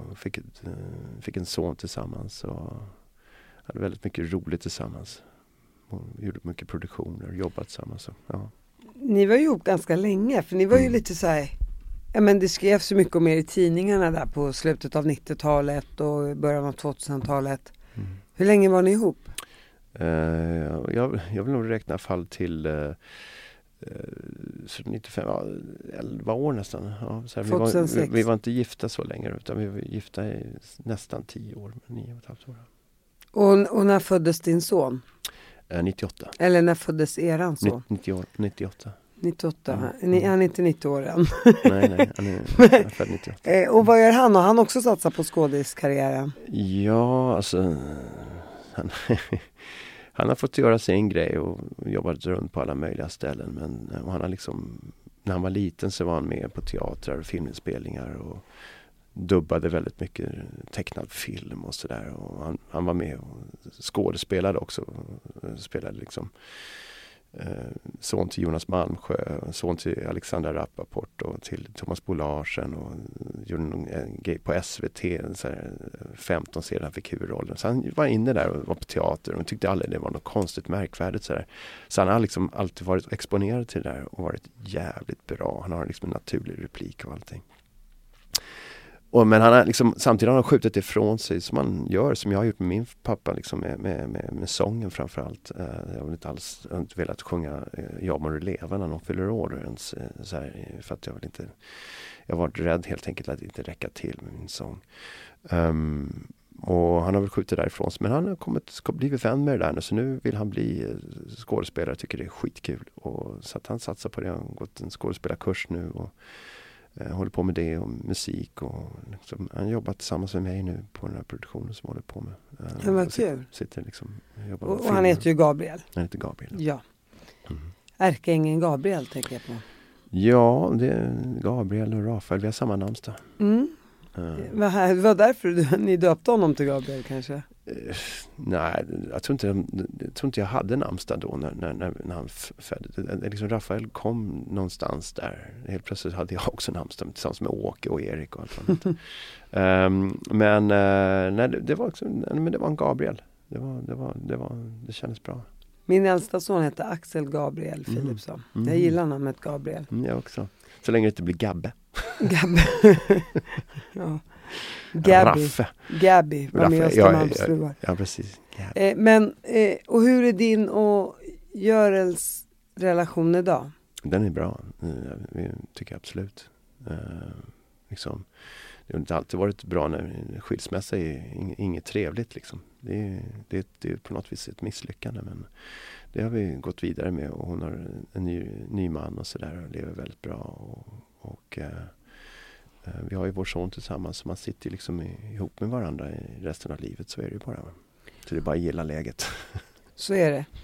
fick en son tillsammans och hade väldigt mycket roligt tillsammans. Och gjorde mycket produktioner och jobbat tillsammans. Ja. Ni var ju ihop ganska länge, för ni var ju lite så här... Ja, men det skrevs så mycket om er i tidningarna där på slutet av 90-talet och början av 2000-talet. Hur länge var ni ihop? Jag vill nog räkna fall till 95, 11 år nästan. Ja, så här, 2006. vi var inte gifta så länge, utan vi var gifta i nästan 10 år, 9,5 år. Och när föddes din son? 98. Eller när föddes eran son? 98. 98. Han är inte 90 år än. Nej, han är född 98. Och vad gör han? Har han också satsat på skådiskarriären? Ja, alltså han har fått göra sin grej och jobbat runt på alla möjliga ställen. Men han har liksom, när han var liten så var han med på teatrar och filminspelningar och dubbade väldigt mycket tecknad film och sådär. Och han var med och skådespelade också. Spelade liksom son till Jonas Malmsjö, son till Alexandra Rappaport och till Thomas Bo Larsen, och gjorde en grej på SVT, så här, 15 serier, han fick huvudrollen. Så han var inne där och var på teater och tyckte aldrig det var något konstigt märkvärdigt. Så han har liksom alltid varit exponerad till det där och varit jävligt bra. Han har liksom en naturlig replik och allting. Men han har liksom, samtidigt har han skjutit ifrån sig som man gör, som jag har gjort med min pappa liksom, med sången framförallt. Jag har inte velat sjunga Jag må du leva när någon fyller år ens, så här, för att jag var rädd helt enkelt att inte räcka till med min sång. Och han har väl skjutit därifrån sig, men han har blivit vän med det där nu, så nu vill han bli skådespelare, tycker det är skitkul. Och så att han satsar på det, han har gått en skådespelarkurs nu och håller på med det och musik, och liksom, han jobbar tillsammans med mig nu på den här produktionen som håller på med. Det var kul. Sitter liksom, och han heter ju Gabriel. Han heter Gabriel. Ja. Ärkeängeln Gabriel tänker jag på. Ja, det är Gabriel och Rafael, vi har samma namnsdag. Det var därför ni döpte honom till Gabriel kanske? Nej, jag tror inte jag hade namnsdag då när han föddes. Liksom Rafael kom någonstans där. Helt plötsligt hade jag också namnsdag tillsammans med Åke och Erik och allt sånt. Men det var en Gabriel. Det kändes bra. Min äldsta son heter Axel Gabriel Philipsson. Jag gillar namnet Gabriel. Jag också. Så länge det inte blir Gabbe. Gabbe. Ja. Gabby var med Östermalmsfruar. Ja, precis. Men, och hur är din och Görels relation idag? Den är bra, tycker jag absolut. Liksom, det har inte alltid varit bra när skilsmässa är inget trevligt. Liksom. Det är på något vis ett misslyckande, men det har vi gått vidare med, och hon har en ny man och sådär och lever väldigt bra. Och vi har ju vår son tillsammans, så man sitter liksom ihop med varandra i resten av livet, så är det ju bara. Så det är bara att gilla läget. Så är det.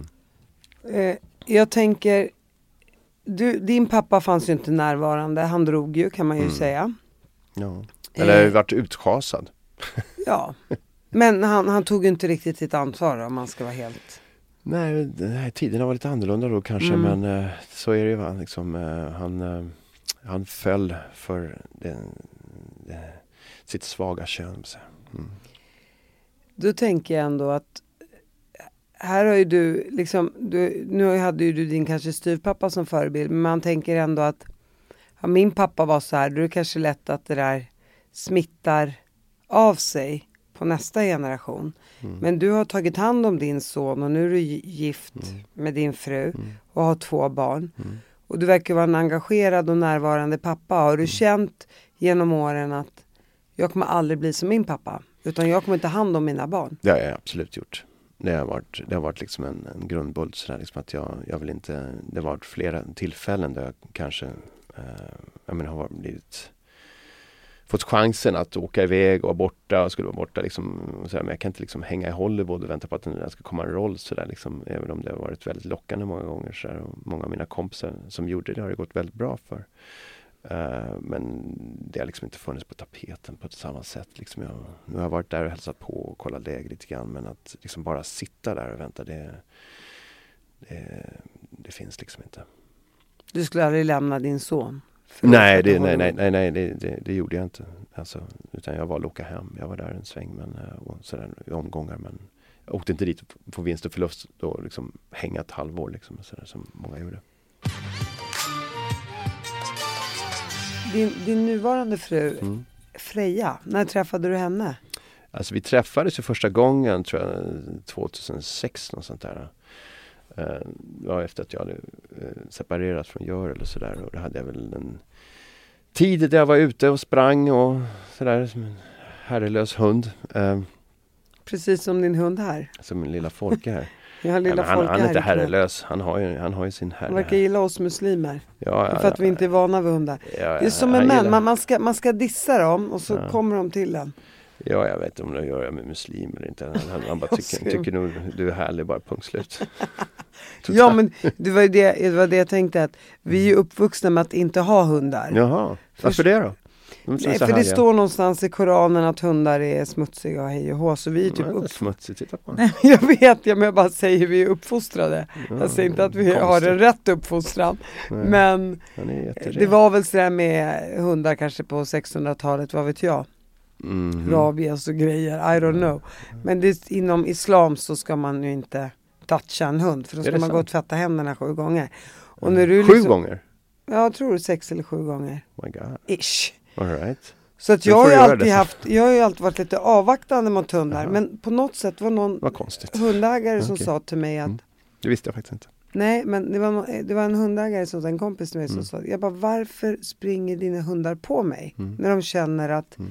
Jag tänker, din pappa fanns ju inte närvarande, han drog ju, kan man ju säga. Ja, eller varit utschasad. Ja, men han tog ju inte riktigt sitt ansvar om man ska vara helt... Nej, tiden har varit lite annorlunda då kanske, men så är det ju. Liksom, han föll för sitt svaga kön. Då tänker jag ändå att här har ju du liksom, nu hade ju du din kanske styvpappa som förebild, men man tänker ändå att min pappa var så här, då är det kanske lätt att det där smittar av sig på nästa generation. Men du har tagit hand om din son och nu är du gift med din fru och har 2 barn. Och du verkar vara en engagerad och närvarande pappa. Har du känt genom åren att jag kommer aldrig bli som min pappa, utan jag kommer inte hand om mina barn? Det har jag absolut gjort. Det har varit liksom en grundbult sådär, liksom att jag vill inte, det har varit flera tillfällen där jag kanske har fått chansen att åka iväg och vara borta, och skulle vara borta liksom, så här, men jag kan inte liksom hänga i Hollywood och vänta på att den ska komma en roll så där, liksom, även om det har varit väldigt lockande många gånger så där, och många av mina kompisar som gjorde det har det gått väldigt bra för. Men det har liksom inte funnits på tapeten på ett samma sätt liksom. Nu har jag varit där och hälsat på och kollat läge lite grann, men att liksom bara sitta där och vänta, det finns liksom inte. Du skulle aldrig lämna din son? Nej, det gjorde jag inte. Alltså, utan jag var att åka hem. Jag var där en sväng, men och sådär, i omgångar, men jag åkte inte dit på vinst och förlust och liksom hänga ett halvår liksom, sådär, som många gjorde. Din nuvarande fru Freja, när träffade du henne? Alltså vi träffades ju första gången tror jag 2006 och sånt där. Det var efter att jag hade separerat från Görel och sådär. Och då hade jag väl en tid där jag var ute och sprang och sådär som en herrelös hund. Precis som din hund här. Som en lilla Folke här. Ja, lilla Folke han är inte herrelös. Han har ju sin herre. Han verkar gilla oss muslimer. Ja, för att vi inte är vana vid hundar. Det är som en män. Man ska dissa dem och så kommer de till en. Ja, jag vet inte om det gör med muslim eller inte. Han bara tycker nog du är härlig, bara punkt slut. Ja, men det var det jag tänkte, att vi är uppvuxna med att inte ha hundar. Jaha, varför det då? Nej, för det står någonstans i Koranen att hundar är smutsiga och hej och hå, så vi är typ smutsigt, titta på. Nej, jag vet, men jag bara säger hur vi är uppfostrade. Jag säger inte att vi har en rätt uppfostran. Nej, men det var väl sådär med hundar kanske på 1600-talet, vad vet jag. Rabies och grejer, I don't know. Men inom islam så ska man ju inte toucha en hund, för då ska man gå och tvätta händerna 7 gånger. Och när du 7 gånger? Ja, jag tror 6 eller 7 gånger. My God. Ish. All right. Så att jag har ju alltid varit lite avvaktande mot hundar. Men på något sätt var någon hundägare som sa till mig att... Det visste jag faktiskt inte. Nej, men det var en hundägare som sa, en kompis till mig som sa, jag bara, varför springer dina hundar på mig? När de känner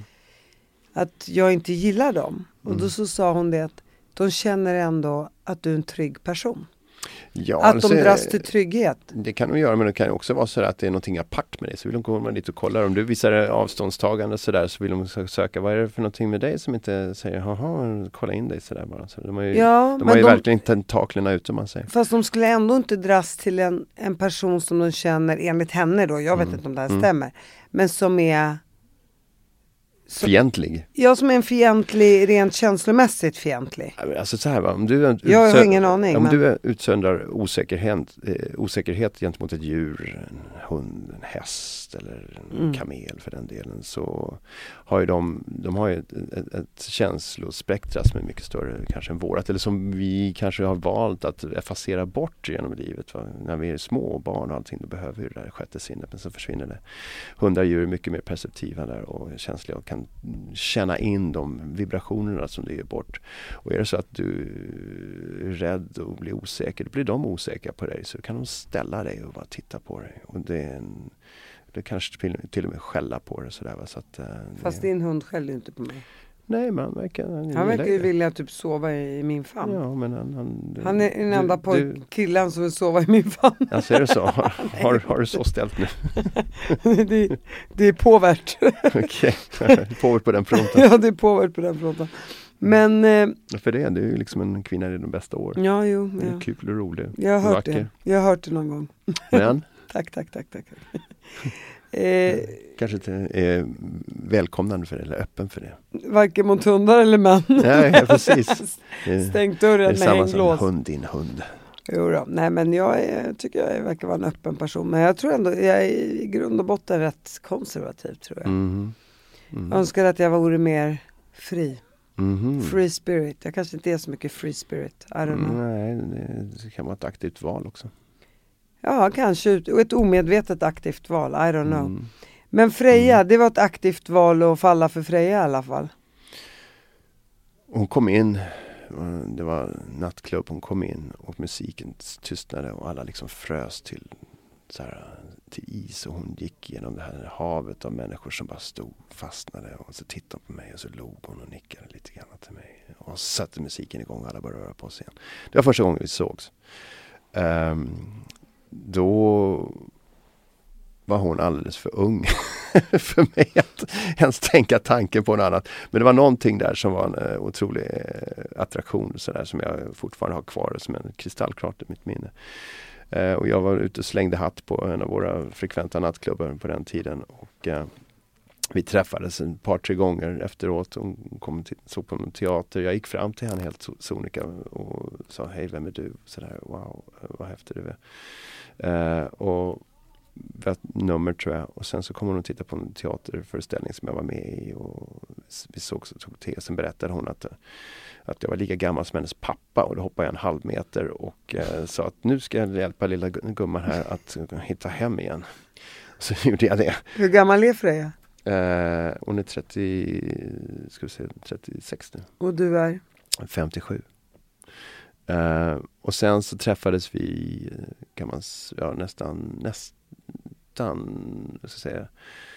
att jag inte gillar dem. Och då så sa hon det, att de känner ändå att du är en trygg person. Ja, att de dras till trygghet. Det kan de göra, men det kan också vara så att det är någonting apart med dig. Så vill de komma dit och kolla. Om du visar avståndstagande sådär, så vill de söka, vad är det för någonting med dig som inte säger, jaha, kolla in dig sådär bara. Så de har ju verkligen tentaklerna ute, man säger. Fast de skulle ändå inte dras till en person som de känner, enligt henne då, jag vet inte om det här stämmer, men som är... Fientlig? Ja, som är en fientlig, rent känslomässigt fientlig. Alltså så här, va? Om jag har ingen aning. Om du utsöndrar osäkerhet gentemot ett djur, en hund, en häst eller en kamel för den delen, så har ju de har ju ett känslospektra som är mycket större kanske än vårat, eller som vi kanske har valt att effacera bort genom livet. Va? När vi är små barn och allting, då behöver vi det där sjätte sinnet, men så försvinner det. Hundar och djur är mycket mer perceptiva där och känsliga och kan känna in de vibrationerna som du ger bort. Och är det så att du är rädd och blir osäker, då blir de osäkra på dig, så kan de ställa dig och bara titta på dig. Och det kanske till och med skälla på dig sådär, va? Så att, fast din hund skäller inte på mig. Nej, men han verkar ju vilja typ sova i min famn. Ja, men han är den enda killen som vill sova i min famn. Ja, så är det så. Har du så ställt nu? det är påvärt. Okej, påvärt på den fronten. Ja, det är påvärt på den fronten. Men... för det är ju liksom en kvinna i de bästa år. Ja, jo. Det är kul och rolig. Jag har hört det. Jag har hört det någon gång. Men? Tack. Kanske inte är välkomnande för det, eller öppen för det. Varken mot hundar eller män. Nej, precis. Stängt dörren med hänglås. Det är samma som hund, din hund. Jo då. Nej, men jag tycker jag verkar vara en öppen person. Men jag tror ändå, jag är i grund och botten rätt konservativ, tror jag. Jag önskar att jag vore mer fri. Free spirit. Jag kanske inte är så mycket free spirit. I don't know. Nej, det kan vara ett aktivt val också. Ja, kanske. Ett omedvetet aktivt val. I don't know. Men Freja, det var ett aktivt val att falla för Freja i alla fall. Hon kom in. Det var nattklubb. Hon kom in och musiken tystnade och alla liksom frös till is, och hon gick genom det här havet av människor som bara stod, fastnade, och så tittade hon på mig och så log hon och nickade lite grann till mig och så satte musiken igång och alla började röra på sig igen. Det var första gången vi sågs. Då var hon alldeles för ung för mig att ens tänka tanken på något annat. Men det var någonting där som var en otrolig attraktion så där, som jag fortfarande har kvar som en kristallklart i mitt minne. Och jag var ute och slängde hatt på en av våra frekventa nattklubbar på den tiden. Och vi träffades ett par, 3 gånger efteråt. Hon kom såg på en teater. Jag gick fram till henne helt sonika och sa, hej, vem är du? Så där, wow, vad häftig du är. Och ett nummer, tror jag. Och sen så kom hon och tittade på en teaterföreställning som jag var med i. Och vi såg så tog te. Sen berättade hon att jag var lika gammal som hennes pappa, och då hoppade jag 1,5 meter och sa att nu ska jag hjälpa lilla gumman här att hitta hem igen. Så gjorde jag det. Hur gammal är Freja? Hon är 36 nu. Och du är? 57. Och sen så träffades vi, kan man nästan jag ska säga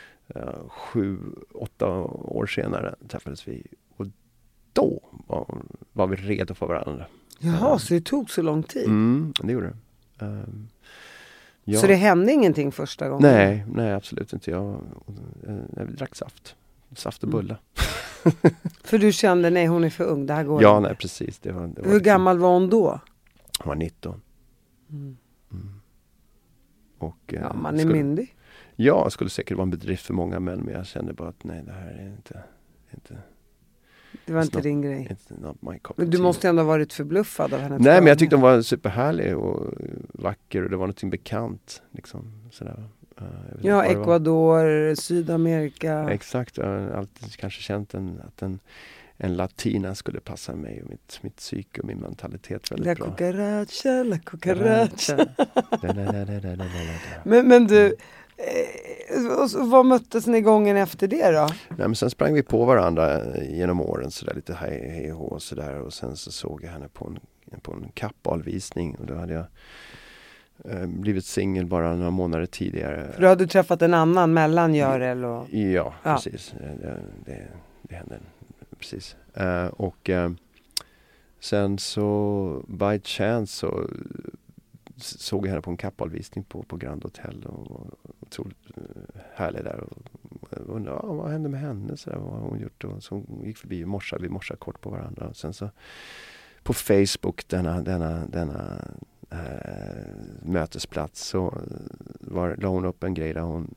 7-8 år senare träffades vi. Och då var vi redo för varandra. Jaha, så det tog så lång tid? Det gjorde det. Så det hände ingenting första gången? Nej, absolut inte. Jag drack saft och bulla. För du kände, nej, hon är för ung, det här går inte. inte. Nej, precis. Det var Hur liksom, gammal var hon då? Hon var 19. Och, man är myndig. Ja, skulle säkert vara en bedrift för många män, men jag kände bara att nej, det här är inte det var inte din grej. Men du tea. Måste ändå ha varit förbluffad av henne. Nej, men jag tyckte hon var superhärlig och vacker och det var någonting bekant. Liksom, sådär. Ja, Ecuador, Sydamerika. Exakt, jag har alltid kanske känt att en latina skulle passa mig och mitt psyke och min mentalitet väldigt bra. La cucaracha. Men du, vad möttes ni gången efter det då? Nej, men sen sprang vi på varandra genom åren sådär lite hej och sådär, och sen så såg jag henne på en kappalvisning och då hade jag blivit singel bara några månader tidigare. För du hade träffat en annan mellan Görel och... Ja, precis. Det hände precis. Och sen så by chance så såg jag henne på en kappalvisning på Grand Hotel och otroligt härlig där och undrade vad hände med henne, så där, vad har hon gjort, och så hon gick förbi och vi morsade kort på varandra, och sen så på Facebook denna mötesplats så la hon upp en grej där hon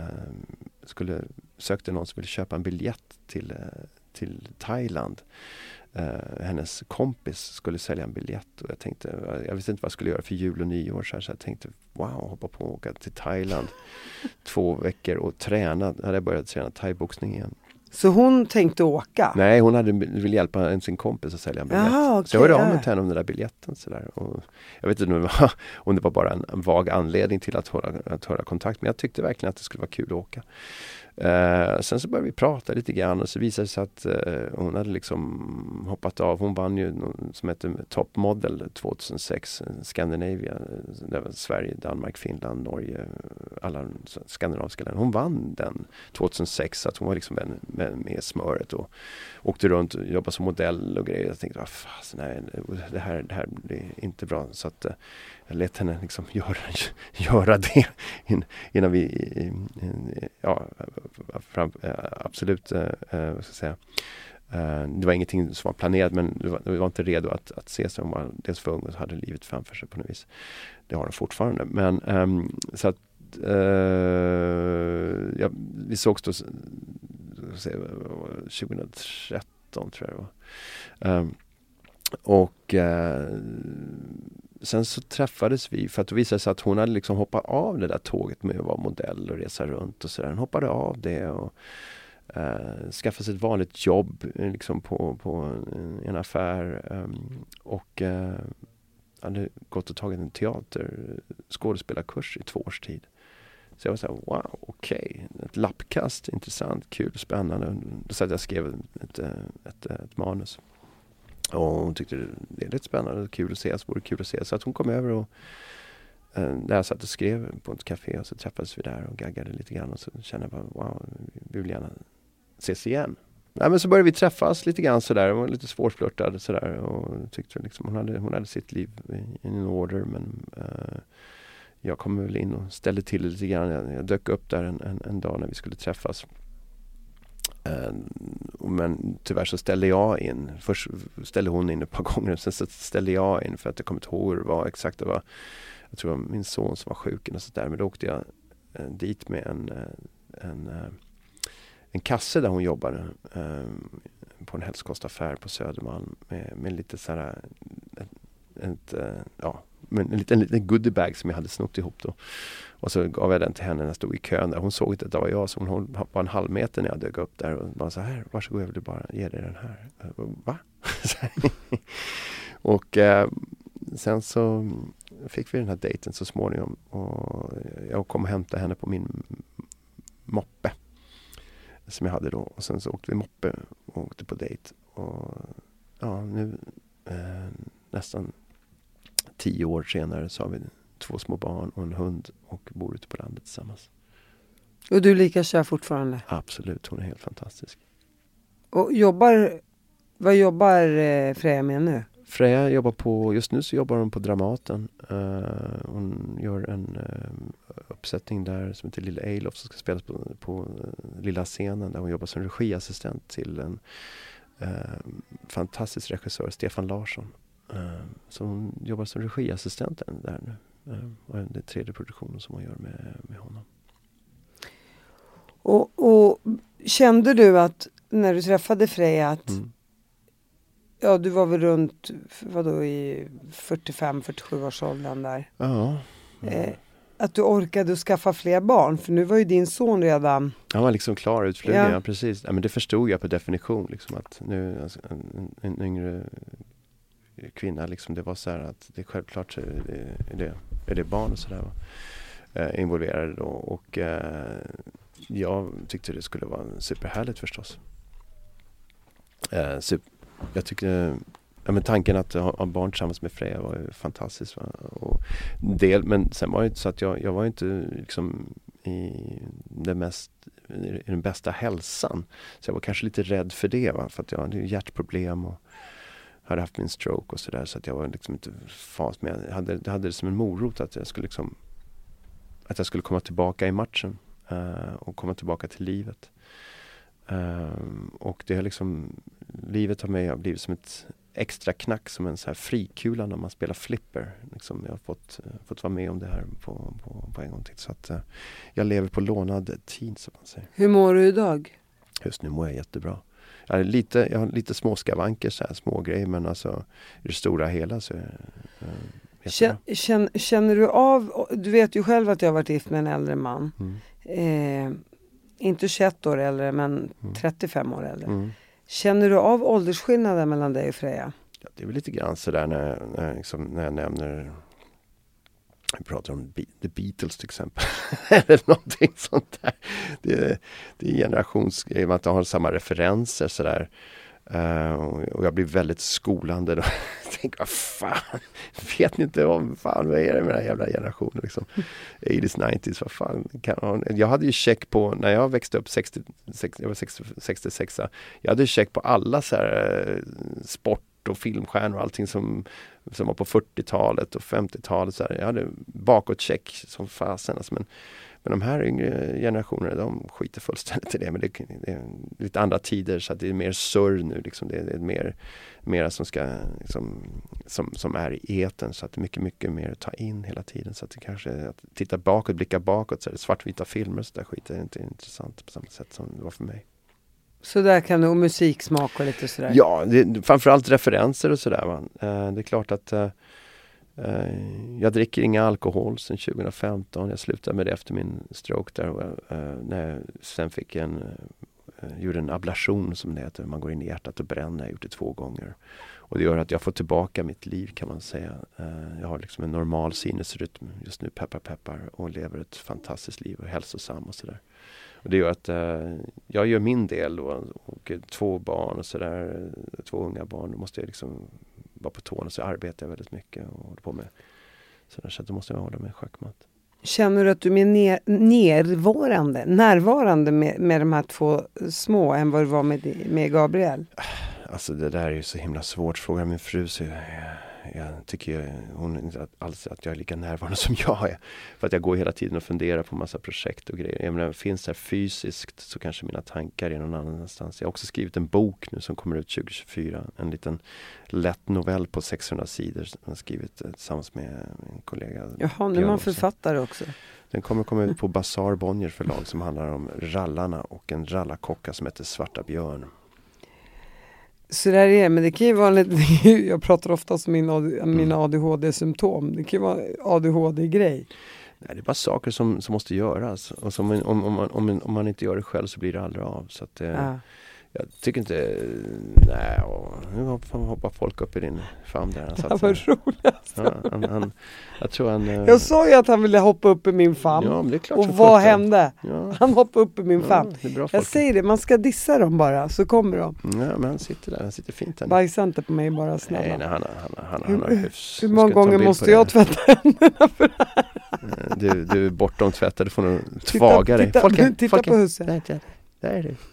sökte någon som ville köpa en biljett till Thailand. Hennes kompis skulle sälja en biljett och jag visste inte vad jag skulle göra för jul och nyår, så jag tänkte hoppa på och åka till Thailand 2 veckor och träna. Hade jag börjat träna thaiboxning igen. Så hon tänkte åka? Nej, hon ville hjälpa sin kompis att sälja en biljett. Okay, så jag hörde av mig till henne om den där biljetten. Så där. Och jag vet inte om det var bara en vag anledning till att höra kontakt. Men jag tyckte verkligen att det skulle vara kul att åka. Sen så började vi prata lite grann och så visade det sig att hon hade liksom hoppat av. Hon vann ju som heter Top Model 2006, Scandinavia, det var Sverige, Danmark, Finland, Norge, alla skandinaviska länder. Hon vann den 2006, så att hon var liksom med smöret och åkte runt och jobbade som modell och grejer. Jag tänkte, nej, det här blir inte bra, så att jag lät henne liksom göra det innan vi absolut vad ska jag säga, det var ingenting som var planerat, men vi var inte redo att se sig. Hon var dels för ung och hade livet framför sig på något vis. Det har hon fortfarande, men så att vi sågs då 2013 tror jag det var. Och sen så träffades vi för att det visade sig att hon hade liksom hoppat av det där tåget med att vara modell och resa runt och sådär. Hon hoppade av det och skaffade sig ett vanligt jobb liksom på en affär och hade gått och tagit en skådespelarkurs i 2 års tid. Så jag var så här, wow, okej. Ett lappkast, intressant, kul, spännande. Så att jag skrev ett manus. Och hon tyckte det är lite spännande och kul att se. Så vore det kul att se. Så att hon kom över och där jag satt och skrev på ett café. Och så träffades vi där och gaggade lite grann. Och så kände jag bara, wow, vi vill gärna ses igen. Nej, men så började vi träffas lite grann sådär. Hon var lite svårflörtad sådär. Och tyckte liksom hon hade sitt liv in order. Men jag kom väl in och ställde till lite grann. Jag dök upp där en dag när vi skulle träffas. Men tyvärr så ställde jag in. Först ställde hon in ett par gånger. Sen så ställde jag in för att jag kom inte ihåg vad exakt det var. Jag tror det var min son som var sjuk och så där. Men då åkte jag dit med en kasse där hon jobbade på en hälsokostaffär på Södermalm med lite så här men en liten goodiebag som jag hade snott ihop då. Och så gav jag den till henne när jag stod i kön där. Hon såg inte att det var jag, så hon var en halv meter när jag dök upp där och bara så här, varsågod, jag vill bara ge dig den här. Va? Och sen så fick vi den här dejten så småningom och jag kom och hämtade henne på min moppe som jag hade då. Och sen så åkte vi moppe och åkte på dejt. Och ja, nu nästan 10 år senare så har vi 2 små barn och en hund och bor ute på landet tillsammans. Och du lika kär fortfarande? Absolut, hon är helt fantastisk. Och vad jobbar Freja med nu? Freja jobbar just nu så jobbar hon på Dramaten. Hon gör en uppsättning där som heter Lilla Eilof som ska spelas på lilla scenen där hon jobbar som regiassistent till en fantastisk regissör, Stefan Larsson. Så hon jobbar som regiassistent där nu. Och det är 3:e produktionen som hon gör med honom. Och kände du att när du träffade Freja att ja, du var väl runt i 45-47 års åldern där. Ja. Att du orkade att skaffa fler barn, för nu var ju din son redan... Han var liksom klar utflugen, ja. Precis. Ja, men det förstod jag på definition liksom, att nu alltså, en yngre kvinna liksom, det var så här att det är självklart är det barn och sådär involverade då, och jag tyckte det skulle vara superhärligt förstås. Jag tyckte tanken att ha barn tillsammans med Freja var ju fantastiskt, va? Men sen var det inte så att jag var inte liksom i den bästa hälsan, så jag var kanske lite rädd för det, va? För att jag hade hjärtproblem och hade haft min stroke och sådär, så att jag var liksom inte fas med. Jag hade det som en morot att jag skulle komma tillbaka i matchen och komma tillbaka till livet. Och det har liksom, livet har blivit som ett extra knack, som en så här frikula när man spelar flipper. Liksom, jag har fått vara med om det här på en gång till. Så att jag lever på lånad tid, som man säger. Hur mår du idag? Just nu mår jag jättebra. Jag har lite små skavanker, så här, små grejer, men alltså i det stora hela så Känner du av, du vet ju själv att jag har varit gift med en äldre man. Inte 21 år äldre, men 35 år äldre. Känner du av åldersskillnaden mellan dig och Freja? Ja, det är väl lite grann sådär när jag nämner, vi pratar om The Beatles till exempel. Eller någonting sånt där. Det är generationsgrej, man inte har samma referenser sådär. Och jag blir väldigt skolande då. Jag tänker, vad fan, vet ni inte vad är det med den här jävla generationen liksom? 80s, 90s, vad fan jag hade ju check på, när jag växte upp jag var 66, jag hade ju check på alla så här sport och filmstjärnor och allting som var på 40-talet och 50-talet så här. Jag hade bakåtcheck som fasen alltså, men de här yngre generationerna, de skiter fullständigt i det. Men det är lite andra tider, så att det är mer surr nu. Liksom. Det är mer som ska liksom, som är i eten, så att det är mycket, mycket mer att ta in hela tiden. Så att det kanske, att titta bakåt, blicka bakåt, så är det svartvita filmer, så där skit är inte intressant på samma sätt som det var för mig. Så där kan du, musiksmak och lite sådär? Ja, framförallt referenser och sådär. Va? Det är klart att jag dricker inga alkohol sedan 2015. Jag slutade med det efter min stroke där. När jag sen gjorde en ablation, som det heter. Man går in i hjärtat och bränner. Jag har gjort det 2 gånger. Och det gör att jag får tillbaka mitt liv, kan man säga. Jag har liksom en normal sinnesrytm just nu, peppar, och lever ett fantastiskt liv och hälsosam och sådär. Och det gör att jag gör min del då, och 2 barn och sådär, 2 unga barn. Då måste jag liksom vara på tårna, så arbetar jag väldigt mycket och håller på med sådär, så att då måste jag hålla mig schackmatt. Känner du att du är närvarande med de här 2 små än vad du var med Gabriel? Alltså det där är ju så himla svårt. Frågar min fru, så jag tycker hon inte alls att jag är lika närvarande som jag är. För att jag går hela tiden och funderar på massa projekt och grejer. Jag menar, finns det här fysiskt, så kanske mina tankar är någon annanstans. Jag har också skrivit en bok nu som kommer ut 2024. En liten lätt novell på 600 sidor som jag har skrivit tillsammans med en kollega. Jaha, nu är man författare också. Den kommer komma ut på Bazaar Bonnier förlag, som handlar om rallarna och en rallarkocka som heter Svarta Björn. Så där är det, men det kan ju vara lite, jag pratar ofta om mina ADHD-symptom. Det kan ju vara ADHD-grej. Nej, det är bara saker som måste göras. Och som, om man inte gör det själv så blir det aldrig av. Så att, Jag tycker inte, nej, nu hoppar folk upp i din famn där. Det var roligt. Ja, jag tror han... Jag sa ju att han ville hoppa upp i min famn. Ja, men det är klart. Och vad hände? Ja. Han hoppade upp i min famn. Det är bra, jag säger det, man ska dissa dem bara, så kommer de. Ja, men han sitter där, han sitter fint här. Bajsa inte på mig bara, snälla. Nej, han har hyfs. Hur många gånger måste jag tvätta händerna för det här? Du är bortom tvättad, du får nog tvaga dig. Titta på huset. Där är du.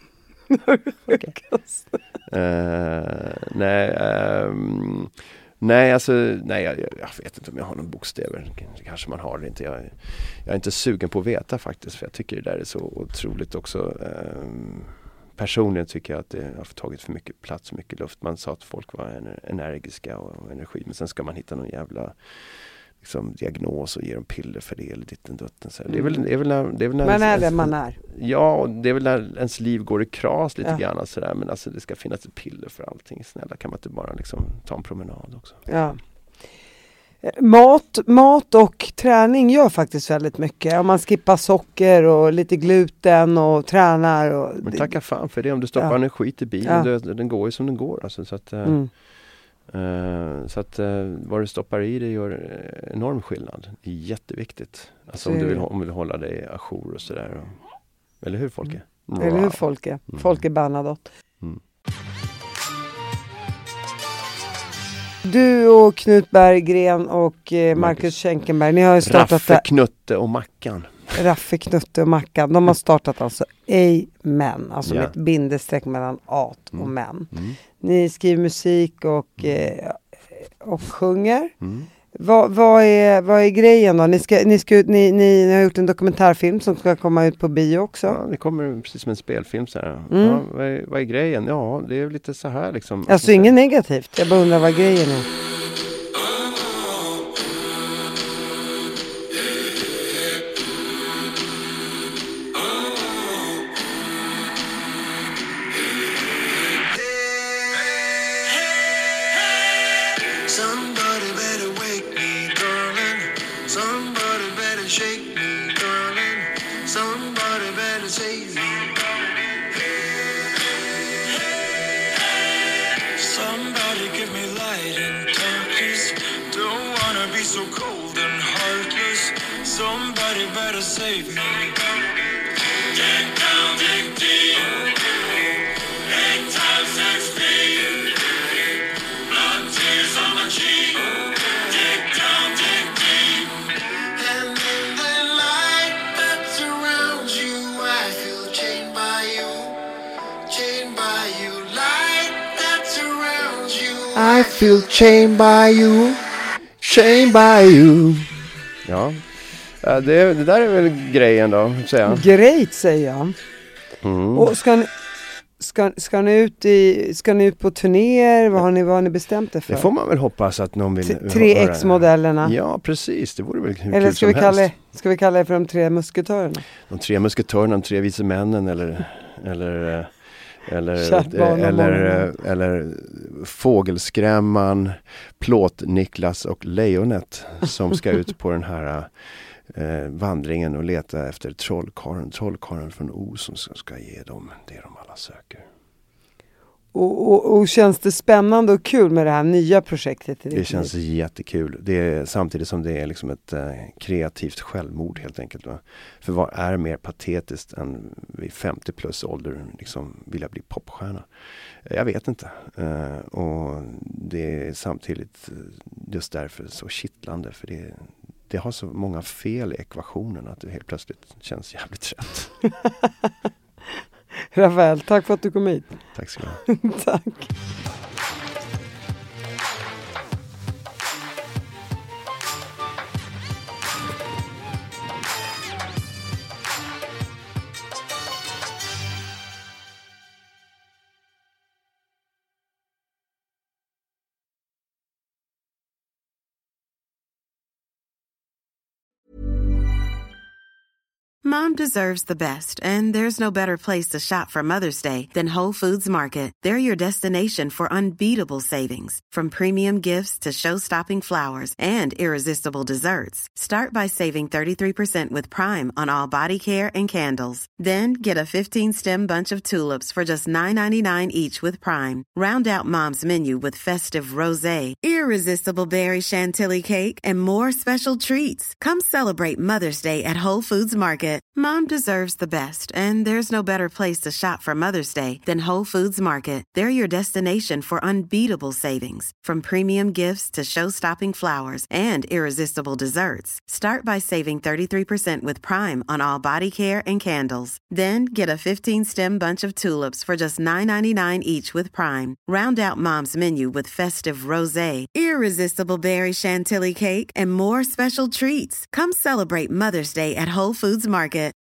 Nej, jag vet inte om jag har någon bokstäver. Kanske man har det inte. Jag är inte sugen på att veta faktiskt, för jag tycker det där är så otroligt också. Personligen tycker jag att det har tagit för mycket plats, mycket luft. Man sa att folk var energiska och energi, men sen ska man hitta någon jävla liksom diagnos och ge dem piller för det eller ditten dutten. Så det är väl man är det man är. Ja, det är väl när ens liv går i kras lite grann så där, men alltså det ska finnas ett piller för allting. Snälla, kan man inte bara liksom ta en promenad också? Ja. Mat och träning gör faktiskt väldigt mycket. Om man skippar socker och lite gluten och tränar. Och men tacka fan för det. Om du stoppar en skit i bilen, den går ju som den går. Alltså, så att vad du stoppar i det gör enorm skillnad. Det är jätteviktigt. Alltså om du vill hålla dig ajour och sådär. Eller hur, Folke? Eller hur, Folke? Folke Bernadotte. Du och Knut Berggren och Marcus Schenkenberg, ni har ju startat... Raffe, Knutte och Mackan. Raffe, Knutte och Mackan. De har startat alltså Amen. Alltså med ett bindestreck mellan at och män. Ni skriver musik och sjunger. Vad är grejen då? Ni har gjort en dokumentärfilm som ska komma ut på bio också. Ja, det kommer precis som en spelfilm så här. Ja, vad är grejen? Ja, det är lite så här liksom. Alltså inget negativt. Jag bara undrar vad grejen är. I feel chained by you, chained by you. Ja, det där är väl grejen då, säger jag. Grejt, säger jag. Och ska ni ut på turnéer? Vad har ni bestämt det för? Det får man väl hoppas att någon vill 3X-modellerna. Ja, precis. Det vore väl hur eller kul som helst. Ska vi kalla det för de 3 musketörerna? De 3 musketörerna, de 3 vise männen eller Fågelskrämman, Plåt-Niklas och Lejonet som ska ut på den här vandringen och leta efter trollkarlen från Oz som ska ge dem det de alla söker. Och känns det spännande och kul med det här nya projektet? Det känns jättekul. Det är, samtidigt som det är liksom ett kreativt självmord helt enkelt. Va? För vad är mer patetiskt än vid 50 plus ålder liksom vilja bli popstjärna? Jag vet inte. Och det är samtidigt just därför så kittlande. För det har så många fel i ekvationen att det helt plötsligt känns jävligt rätt. Rafael, tack för att du kom hit. Tack så mycket. Tack. Mom deserves the best, and there's no better place to shop for Mother's Day than Whole Foods Market. They're your destination for unbeatable savings, from premium gifts to show-stopping flowers and irresistible desserts. Start by saving 33% with Prime on all body care and candles. Then get a 15-stem bunch of tulips for just $9.99 each with Prime. Round out Mom's menu with festive rosé, irresistible berry chantilly cake, and more special treats. Come celebrate Mother's Day at Whole Foods Market. Mom deserves the best, and there's no better place to shop for Mother's Day than Whole Foods Market. They're your destination for unbeatable savings, from premium gifts to show-stopping flowers and irresistible desserts. Start by saving 33% with Prime on all body care and candles. Then get a 15-stem bunch of tulips for just $9.99 each with Prime. Round out Mom's menu with festive rosé, irresistible berry chantilly cake, and more special treats. Come celebrate Mother's Day at Whole Foods Market.